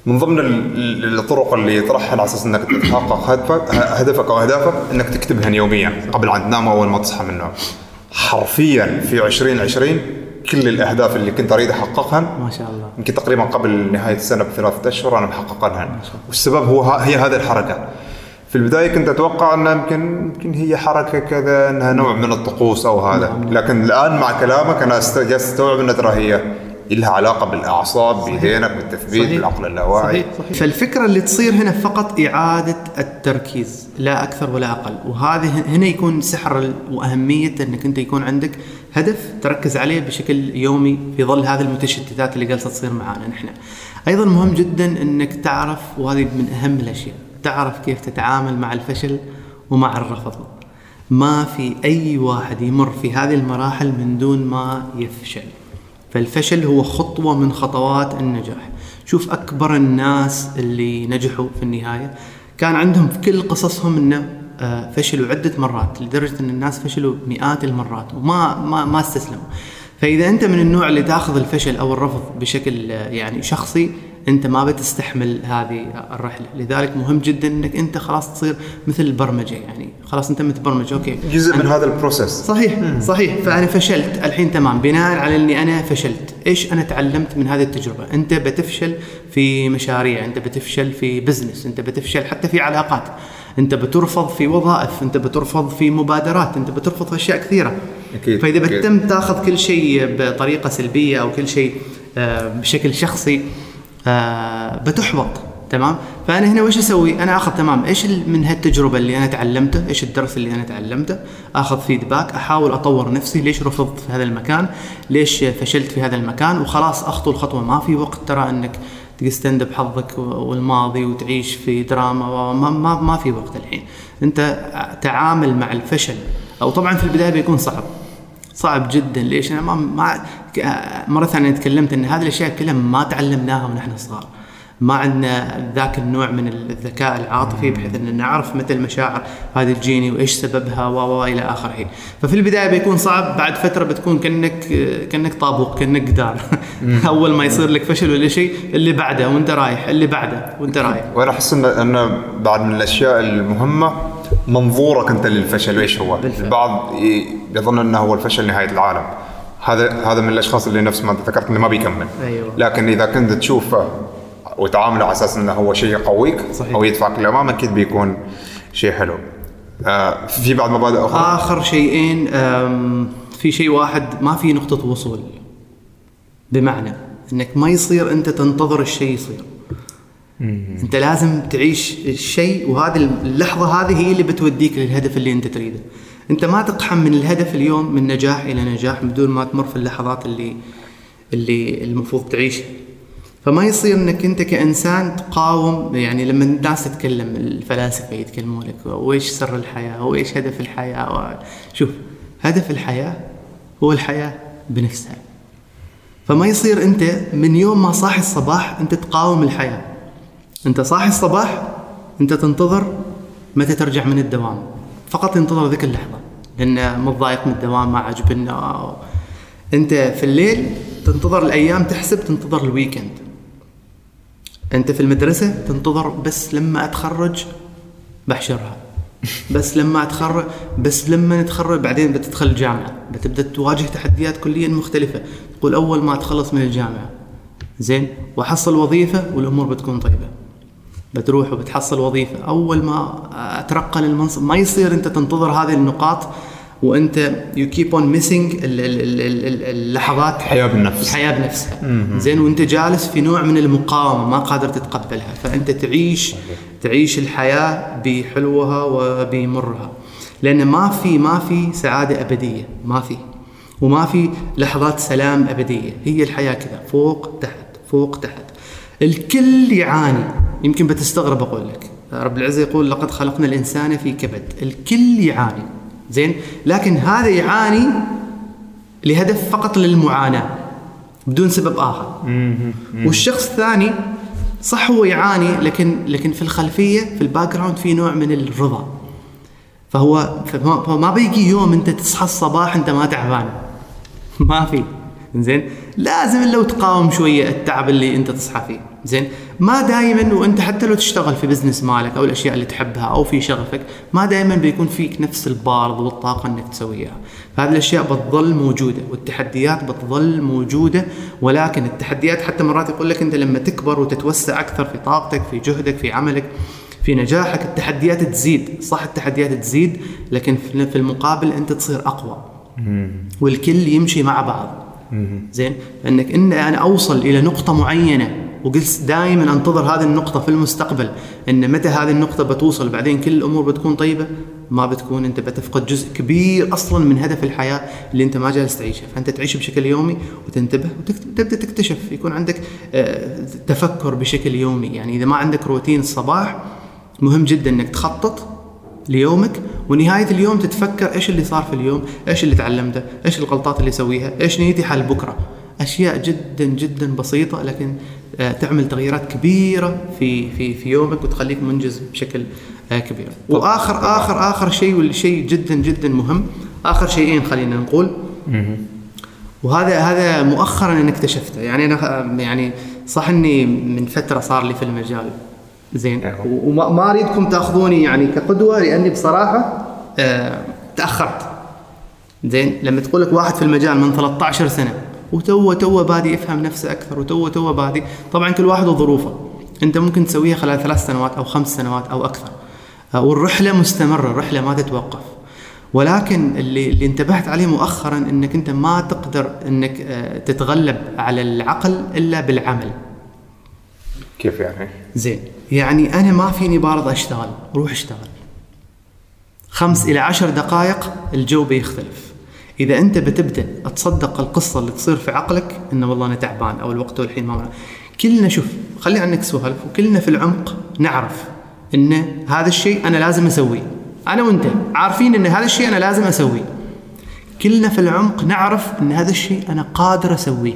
من ضمن الطرق اللي يطرحها على اساس انك تحقق هدفك هدفك او اهدافك انك تكتبها يوميا قبل ان تنام اول ما تصحى من النوم. حرفيا في عشرين عشرين كل الاهداف اللي كنت اريد احققها ما شاء الله يمكن تقريبا قبل نهايه السنه بثلاثه اشهر انا محققها. والسبب هو هي هذه الحركه. في البدايه كنت اتوقع ان يمكن يمكن هي حركه كذا انها نوع من الطقوس او هذا، لكن الان مع كلامك انا استوعب ان ترى هي لها علاقه بالاعصاب بيدينك بالتثبيت بالعقل اللاواعي. صحيح. صحيح. فالفكره اللي تصير هنا فقط اعاده التركيز لا اكثر ولا اقل، وهذه هنا يكون سحر واهميه انك انت يكون عندك هدف تركز عليه بشكل يومي في ظل هذه المتشتتات اللي جالسه تصير معانا نحن. ايضا مهم جدا انك تعرف، وهذه من اهم الاشياء، تعرف كيف تتعامل مع الفشل ومع الرفض. ما في اي واحد يمر في هذه المراحل من دون ما يفشل، فالفشل هو خطوة من خطوات النجاح. شوف أكبر الناس اللي نجحوا في النهاية كان عندهم في كل قصصهم إنه فشلوا عدة مرات لدرجة إن الناس فشلوا مئات المرات وما ما ما استسلموا. فإذا أنت من النوع اللي تأخذ الفشل أو الرفض بشكل يعني شخصي، أنت ما بتستحمل هذه الرحلة. لذلك مهم جدا إنك أنت خلاص تصير مثل البرمجة، يعني خلاص أنت متبرمج أوكي جزء من هذا البروسيس. صحيح مم. صحيح. فأنا فشلت الحين تمام، بناء على إني أنا فشلت إيش أنا تعلمت من هذه التجربة؟ أنت بتفشل في مشاريع، أنت بتفشل في بزنس، أنت بتفشل حتى في علاقات، أنت بترفض في وظائف، أنت بترفض في مبادرات، أنت بترفض في أشياء كثيرة. أكيد. فإذا بتم تأخذ كل شيء بطريقة سلبية أو كل شيء بشكل شخصي بتحبط. تمام. فأنا هنا وإيش أسوي؟ أنا أخذ تمام إيش من هالتجربة اللي أنا تعلمته، إيش الدرس اللي أنا تعلمته، أخذ فيدباك، أحاول أطور نفسي. ليش رفضت في هذا المكان؟ ليش فشلت في هذا المكان؟ وخلاص أخطو الخطوة. ما في وقت ترى أنك تستند بحظك والماضي وتعيش في دراما، ما ما ما في وقت الحين. أنت تعامل مع الفشل، أو طبعا في البداية بيكون صعب صعب جدا. ليش؟ أنا ما, ما مرة ثانية تكلمت أن هذه الأشياء كلها ما تعلمناها ونحن صغار، ما عندنا ذاك النوع من الذكاء العاطفي بحيث أن نعرف متى المشاعر هذه تجيني وإيش سببها و إلى آخره. ففي البداية بيكون صعب، بعد فترة بتكون كأنك كأنك طابوق، كأنك جدار. أول ما يصير لك فشل ولا شيء اللي بعده وأنت رايح، اللي بعده وأنت رايح. وأنا أحس أن أن بعد من الأشياء المهمة منظورك أنت للفشل إيش هو. البعض يظن أنه هو الفشل نهاية العالم. هذا هذا من الأشخاص اللي نفس ما أنت ذكرت إنه ما بيكمل. أيوة. لكن إذا كنت تشوفه وتعامل على أساس أنه هو شيء يقويك أو يدفعك للأمام، أكيد بيكون شيء حلو. آه في بعض مبادئ أخرى. آخر شيئين، في شيء واحد ما في نقطة وصول، بمعنى أنك ما يصير أنت تنتظر الشيء يصير. مم. أنت لازم تعيش الشيء، وهذه اللحظة هذه هي اللي بتوديك للهدف اللي أنت تريده. أنت ما تقحم من الهدف اليوم من نجاح إلى نجاح بدون ما تمر في اللحظات اللي اللي المفروض تعيشها. فما يصير انك انت كانسان تقاوم. يعني لما الناس تتكلم، الفلاسفه يتكلمون لك وايش سر الحياه وايش هدف الحياه، شوف هدف الحياه هو الحياه بنفسها. فما يصير انت من يوم ما صاحي الصباح انت تقاوم الحياه. انت صاحي الصباح انت تنتظر متى ترجع من الدوام، فقط تنتظر ذيك اللحظه لان متضايق من الدوام، ما عجبنا. انت في الليل تنتظر الايام، تحسب تنتظر الويكند. أنت في المدرسة تنتظر بس لما أتخرج بحشرها، بس لما أتخرج، بس لما نتخرج بعدين بتدخل الجامعة، بتبدأ تواجه تحديات كليا مختلفة. تقول أول ما أتخلص من الجامعة زين وأحصل وظيفة والأمور بتكون طيبة، بتروح وبتحصل وظيفة. أول ما أترقى للمنصب، ما يصير أنت تنتظر هذه النقاط وأنت you keep on missing اللحظات الحياة بالنفس الحياة بنفسها. زين وأنت جالس في نوع من المقاومة ما قادر تتقبلها. فأنت تعيش تعيش الحياة بحلوها وبمرها، لأن ما في ما في سعادة أبدية، ما في، وما في لحظات سلام أبدية. هي الحياة كذا فوق تحت فوق تحت. الكل يعاني. يمكن بتستغرب أقول لك رب العزة يقول لقد خلقنا الإنسان في كبد. الكل يعاني زين، لكن هذا يعاني لهدف فقط للمعاناة بدون سبب آخر. والشخص الثاني صح هو يعاني، لكن لكن في الخلفية في الباك جراوند في نوع من الرضا. فهو فما بيجي يوم انت تصحى الصباح انت ما تعبان، ما في. زين لازم لو تقاوم شويه التعب اللي انت تصحى فيه. زين ما دائما، وانت حتى لو تشتغل في بزنس مالك او الاشياء اللي تحبها او في شغفك، ما دائما بيكون فيك نفس البارض والطاقه انك تسويها. فهذه الاشياء بتظل موجوده والتحديات بتظل موجوده، ولكن التحديات حتى مرات يقول لك انت لما تكبر وتتوسع اكثر في طاقتك في جهدك في عملك في نجاحك، التحديات تزيد. صح التحديات تزيد، لكن في المقابل انت تصير اقوى والكل يمشي مع بعض. زين فانك ان انا اوصل الى نقطه معينه، وقلت دائما انتظر هذه النقطه في المستقبل، ان متى هذه النقطه بتوصل بعدين كل الامور بتكون طيبه، ما بتكون. انت بتفقد جزء كبير اصلا من هدف الحياه اللي انت ما جالس تعيشه. فانت تعيش بشكل يومي وتنتبه وتبدا تكتشف، يكون عندك تفكر بشكل يومي. يعني اذا ما عندك روتين الصباح، مهم جدا انك تخطط ليومك، ونهاية اليوم تتفكر ايش اللي صار في اليوم، ايش اللي تعلمته، ايش الغلطات اللي سويها، ايش نيتي حل بكرة. اشياء جدا جدا بسيطة، لكن تعمل تغييرات كبيرة في في في يومك وتخليك منجز بشكل كبير. واخر اخر اخر شيء، والشيء جدا جدا مهم، اخر شيئين خلينا نقول، وهذا هذا مؤخرا انا اكتشفته. يعني انا يعني صح اني من فترة صار لي في المجال، زين وما اريدكم تاخذوني يعني كقدوه، لاني بصراحه آه تاخرت. زين لما تقول لك واحد في المجال من ثلاثة عشر سنه وتو تو بادي يفهم نفسه اكثر، وتو تو بادي، طبعا كل واحد وظروفه، انت ممكن تسويها خلال ثلاث سنوات او خمس سنوات او اكثر، آه والرحله مستمره، الرحله ما تتوقف. ولكن اللي اللي انتبهت عليه مؤخرا انك انت ما تقدر انك آه تتغلب على العقل الا بالعمل. كيف يعني؟ زين يعني أنا ما فيني بارض أشتغل، روح اشتغل خمس إلى عشر دقائق الجو بيختلف. إذا أنت بتبدأ تصدق القصة اللي تصير في عقلك إنه والله أنا تعبان أو الوقت والحين ما معنا. كلنا شوف خلي عنك سوالف، وكلنا في العمق نعرف إن هذا الشيء أنا لازم أسويه. أنا وأنت عارفين إن هذا الشيء أنا لازم أسويه. كلنا في العمق نعرف إن هذا الشيء أنا قادر أسويه،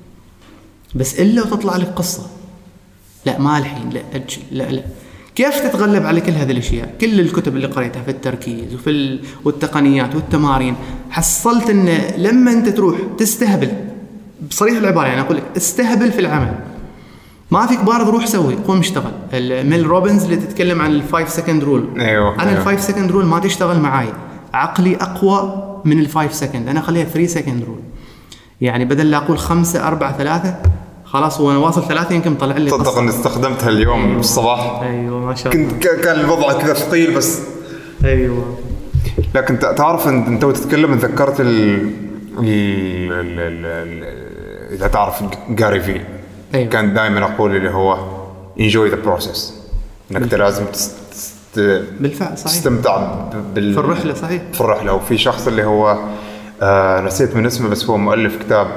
بس إلا وتطلع لك قصة لا ما الحين، لا أجل، لا لا. كيف تتغلب على كل هذه الاشياء؟ كل الكتب اللي قريتها في التركيز وفي ال... والتقنيات والتمارين، حصلت ان لما انت تروح تستهبل بصريح العباره، يعني اقول لك استهبل في العمل، ما فيك بارد روح سوي، قوم اشتغل. ميل روبنز اللي تتكلم عن الفايف سكند رول، ايوه انا أيوه. الفايف سكند رول ما تشتغل معاي، عقلي اقوى من الفايف سكند، انا اخليها ثري سكند رول. يعني بدل لا اقول خمسة أربعة ثلاثة، خلاص وانا واصل ثلاثة يمكن طلع لي. صدق اني استخدمتها اليوم أيوة. بالصباح. ايوه ما شاء الله. كنت كان الوضع كذا ثقيل بس. ايوه لكن تعرف انت وتتكلم تذكرت ال اذا تعرف جاري في، أيوة. كان دائما اقول اللي هو enjoy the process، انك لازم تست... بالفعل صحيح تستمتع بال... في الرحله. صحيح في الرحله. وفي شخص اللي هو آه نسيت من اسمه، بس هو مؤلف كتاب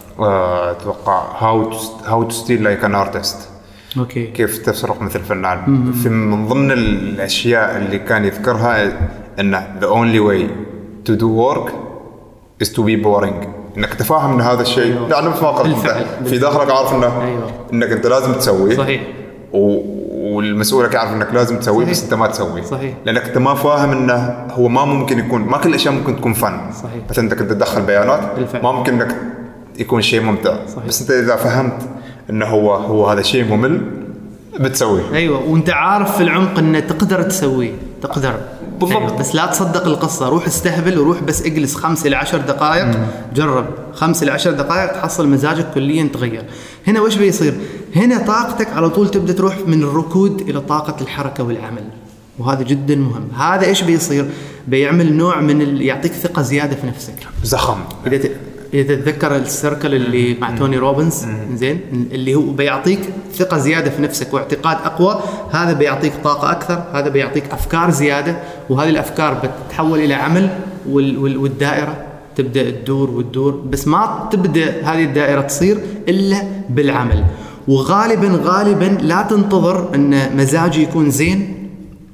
اتوقع how to how to steal like an artist. اوكي كيف تسرق مثل فنان. في من ضمن الاشياء اللي كان يذكرها ان the only way to do work is to be boring، انك تفهم ان هذا الشيء أيوة. لا ما قلت في داخلك عارف انه أيوة. انك انت لازم تسويه. صحيح. و... والمسؤولك يعرف انك لازم تسويه، بس انت ما تسويه. صحيح. لانك انت ما فاهم انه هو ما ممكن يكون، ما كل الاشياء ممكن تكون فن. صحيح. بس انت كنت تدخل بيانات بالفعل. ما ممكن انك يكون شيء ممتع. صحيح. بس انت اذا فهمت انه هو هو هذا شيء ممل بتسويه. ايوه وانت عارف في العمق ان تقدر تسويه، تقدر بالضبط. أيوة. بس لا تصدق القصه، روح استهبل وروح بس اجلس خمس الى عشر دقائق. مم. جرب خمس الى عشر دقائق تحصل مزاجك كليا تغير. هنا وش بيصير؟ هنا طاقتك على طول تبدا تروح من الركود الى طاقه الحركه والعمل، وهذا جدا مهم. هذا ايش بيصير؟ بيعمل نوع من ال... يعطيك ثقه زياده في نفسك. زخم. اذا ت... إذا تتذكر السيركل اللي مع توني روبنز، زين، اللي هو بيعطيك ثقة زيادة في نفسك واعتقاد أقوى، هذا بيعطيك طاقة أكثر، هذا بيعطيك أفكار زيادة، وهذه الأفكار بتتحول إلى عمل، وال... وال... والدائرة تبدأ تدور وتدور. بس ما تبدأ هذه الدائرة تصير إلا بالعمل. وغالبا غالبا لا تنتظر أن مزاجي يكون زين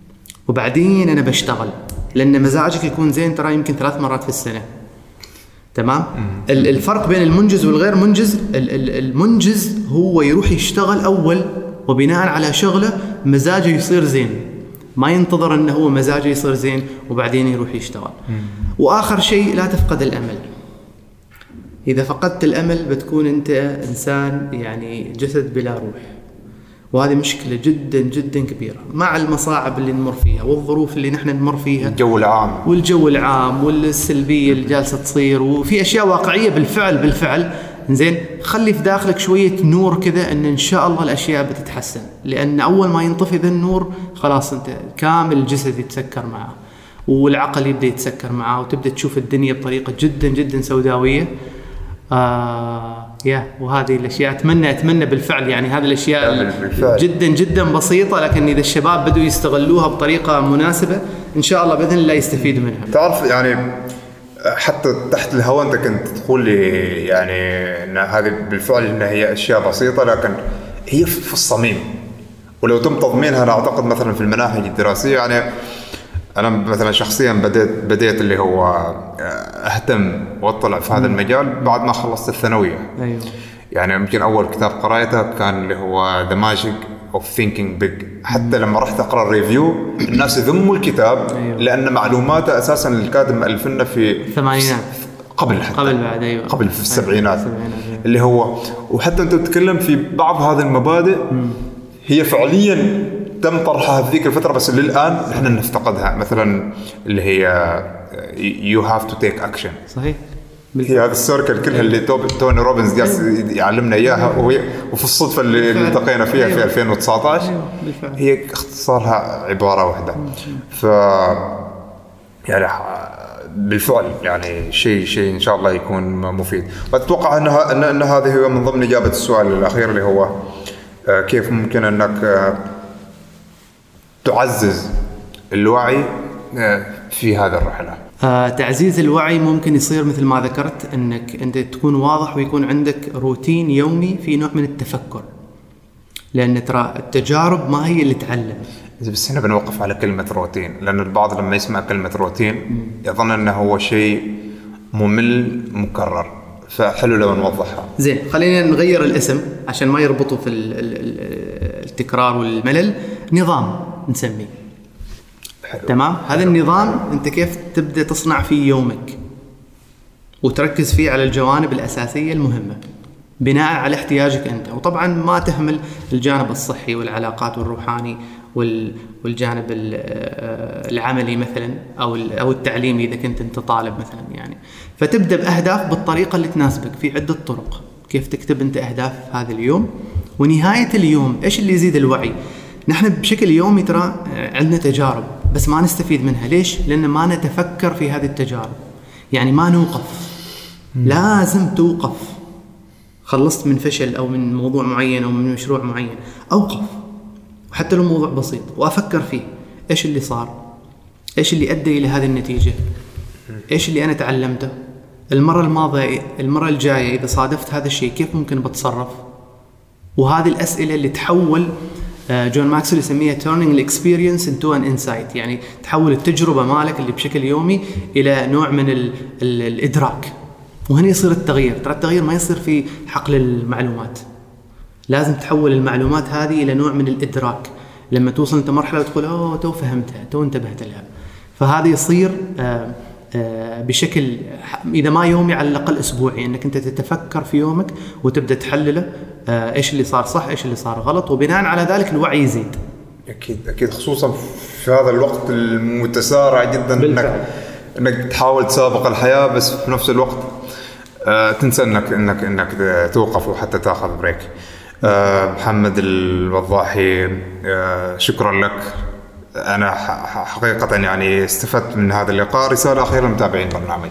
وبعدين أنا بشتغل، لأن مزاجك يكون زين ترى يمكن ثلاث مرات في السنة. تمام. الفرق بين المنجز والغير منجز، المنجز هو يروح يشتغل أول، وبناء على شغله مزاجه يصير زين، ما ينتظر أنه هو مزاجه يصير زين وبعدين يروح يشتغل. وآخر شيء لا تفقد الأمل. إذا فقدت الأمل بتكون أنت إنسان يعني جسد بلا روح، وهذه مشكلة جدا جدا كبيرة مع المصاعب اللي نمر فيها والظروف اللي نحن نمر فيها، الجو العام والجو العام والسلبية اللي جالسة تصير، وفي أشياء واقعية بالفعل بالفعل زين. خلي في داخلك شوية نور كذا أن إن شاء الله الأشياء بتتحسن، لأن أول ما ينطفي ذا النور خلاص أنت كامل الجسد يتسكر معه والعقل يبدأ يتسكر معه، وتبدأ تشوف الدنيا بطريقة جدا جدا سوداوية. آه يا وهذه الأشياء أتمنى أتمنى بالفعل يعني هذه الأشياء بالفعل. جدا جدا بسيطة، لكن إذا الشباب بدوا يستغلوها بطريقة مناسبة إن شاء الله بإذن الله يستفيدوا منها. تعرف يعني حتى تحت الهواء أنت كنت تقول لي يعني أن هذه بالفعل أنها هي أشياء بسيطة، لكن هي في الصميم، ولو تم تضمينها أنا أعتقد مثلا في المناهج الدراسية. يعني أنا مثلا شخصيا بديت بديت اللي هو أهتم وأطلع في هذا المجال بعد ما خلصت الثانوية. أيوه. يعني يمكن أول كتاب قرأته كان اللي هو The Magic of Thinking Big. حتى لما رحت أقرأ الريفيو الناس يذموا الكتاب. أيوه. لأن معلوماته أساسا الكاتب مألفنا في الثمانينات قبل حتى قبل بعد أيوه قبل في السبعينات. أيوه. اللي هو وحتى أنت تتكلم في بعض هذه المبادئ م. هي فعليا تم طرحها في ذيك الفترة، بس للآن نحن نفتقدها. مثلا اللي هي you have to take action. صحيح. هي هذا السيركل كلها اللي توني روبنز جالس يعلمنا إياها، وفي الصدفة اللي التقينا فيها في ألفين وتسعة عشر هي اختصارها عبارة واحدة. ف يعني بالفعل يعني شيء شيء إن شاء الله يكون مفيد. وأتوقع أنها أن أن هذه هي من ضمن إجابة السؤال الأخير اللي هو كيف ممكن أنك تعزز الوعي في هذه الرحلة. آه، تعزيز الوعي ممكن يصير مثل ما ذكرت أنك أنت تكون واضح ويكون عندك روتين يومي في نوع من التفكر، لأن ترى التجارب ما هي اللي تعلم. بس هنا بنوقف على كلمة روتين، لأن البعض لما يسمع كلمة روتين يظن أنه هو شيء ممل مكرر، فحلو لو نوضحها. زين، خلينا نغير الاسم عشان ما يربطوا في التكرار والملل. نظام نسميه. حلو. تمام. هذا النظام أنت كيف تبدأ تصنع فيه يومك وتركز فيه على الجوانب الأساسية المهمة بناء على احتياجك أنت، وطبعا ما تهمل الجانب الصحي والعلاقات والروحاني والجانب العملي مثلا أو أو التعليمي إذا كنت أنت طالب مثلا. يعني فتبدأ بأهداف بالطريقة اللي تناسبك. في عدة طرق كيف تكتب أنت أهداف هذا اليوم، ونهاية اليوم إيش اللي يزيد الوعي. نحن بشكل يومي ترى عندنا تجارب بس ما نستفيد منها. ليش؟ لأن ما نتفكر في هذه التجارب، يعني ما نوقف. لازم توقف. خلصت من فشل أو من موضوع معين أو من مشروع معين، أوقف وحتى لو موضوع بسيط وأفكر فيه. إيش اللي صار؟ إيش اللي أدى إلى هذه النتيجة؟ إيش اللي أنا تعلمته؟ المرة الماضية المرة الجاية إذا صادفت هذا الشيء كيف ممكن بتصرف؟ وهذه الأسئلة اللي تحول جون ماكسويل يسميها turning the experience into an insight، يعني تحول التجربة مالك اللي بشكل يومي إلى نوع من ال ال الإدراك. وهنا يصير التغيير. ترى التغيير ما يصير في حقل المعلومات، لازم تحول المعلومات هذه إلى نوع من الإدراك. لما توصل أنت مرحلة وتقول أوه تو فهمتها تو انتبهت لها، فهذا يصير آآ آآ بشكل إذا ما يومي على الأقل أسبوعي، أنك أنت تتفكر في يومك وتبدأ تحلله إيش اللي صار صح إيش اللي صار غلط، وبناء على ذلك الوعي يزيد. أكيد أكيد، خصوصا في هذا الوقت المتسارع جدا إنك إنك تحاول تسابق الحياة، بس في نفس الوقت آه تنسى إنك إنك إنك توقف وحتى تأخذ بريك. آه محمد الوضاحي، آه شكرا لك. أنا حقيقة يعني استفدت من هذا اللقاء. رسالة أخيرة لمتابعين برنامج.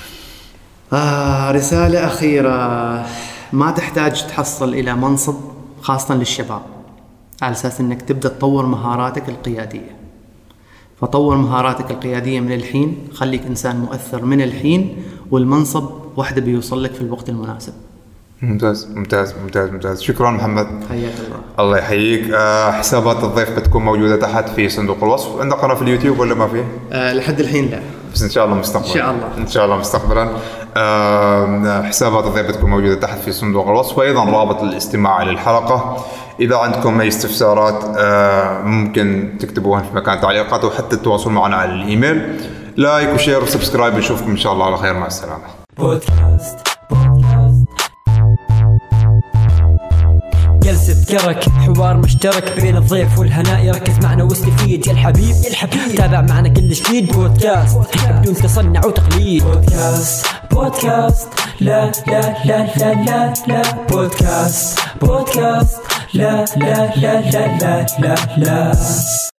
آه رسالة أخيرة، ما تحتاج تحصل إلى منصب خاصة للشباب على أساس أنك تبدأ تطور مهاراتك القيادية. فطور مهاراتك القيادية من الحين، خليك إنسان مؤثر من الحين، والمنصب واحدة بيوصل لك في الوقت المناسب. ممتاز ممتاز ممتاز ممتاز. شكرا محمد. حياك الله. الله يحييك. أه حسابات الضيف بتكون موجودة تحت في صندوق الوصف. عندك قناة في اليوتيوب ولا ما فيه؟ أه لحد الحين لا، بس إن شاء الله مستقبلا. إن شاء الله إن شاء الله مستقبلا. أه حسابات الضيف بتكون موجودة تحت في صندوق الوصف، وأيضا رابط الاستماع للحلقة. إذا عندكم أي استفسارات أه ممكن تكتبوها في مكان تعليقات، وحتى التواصل معنا على الإيميل. لايك وشير وسبسكرايب. نشوفكم إن شاء الله على خير. مع السلامة. بودكاست جلسة كرك حوار مشترك بين الضيف والهناء، ركز معنا واستفيد يا الحبيب يا الحبيب. تابع معنا كل جديد بودكاست بدون تصنع وتقليد. بودكاست بودكاست لا لا لا لا لا لا بودكاست بودكاست لا لا لا لا لا لا لا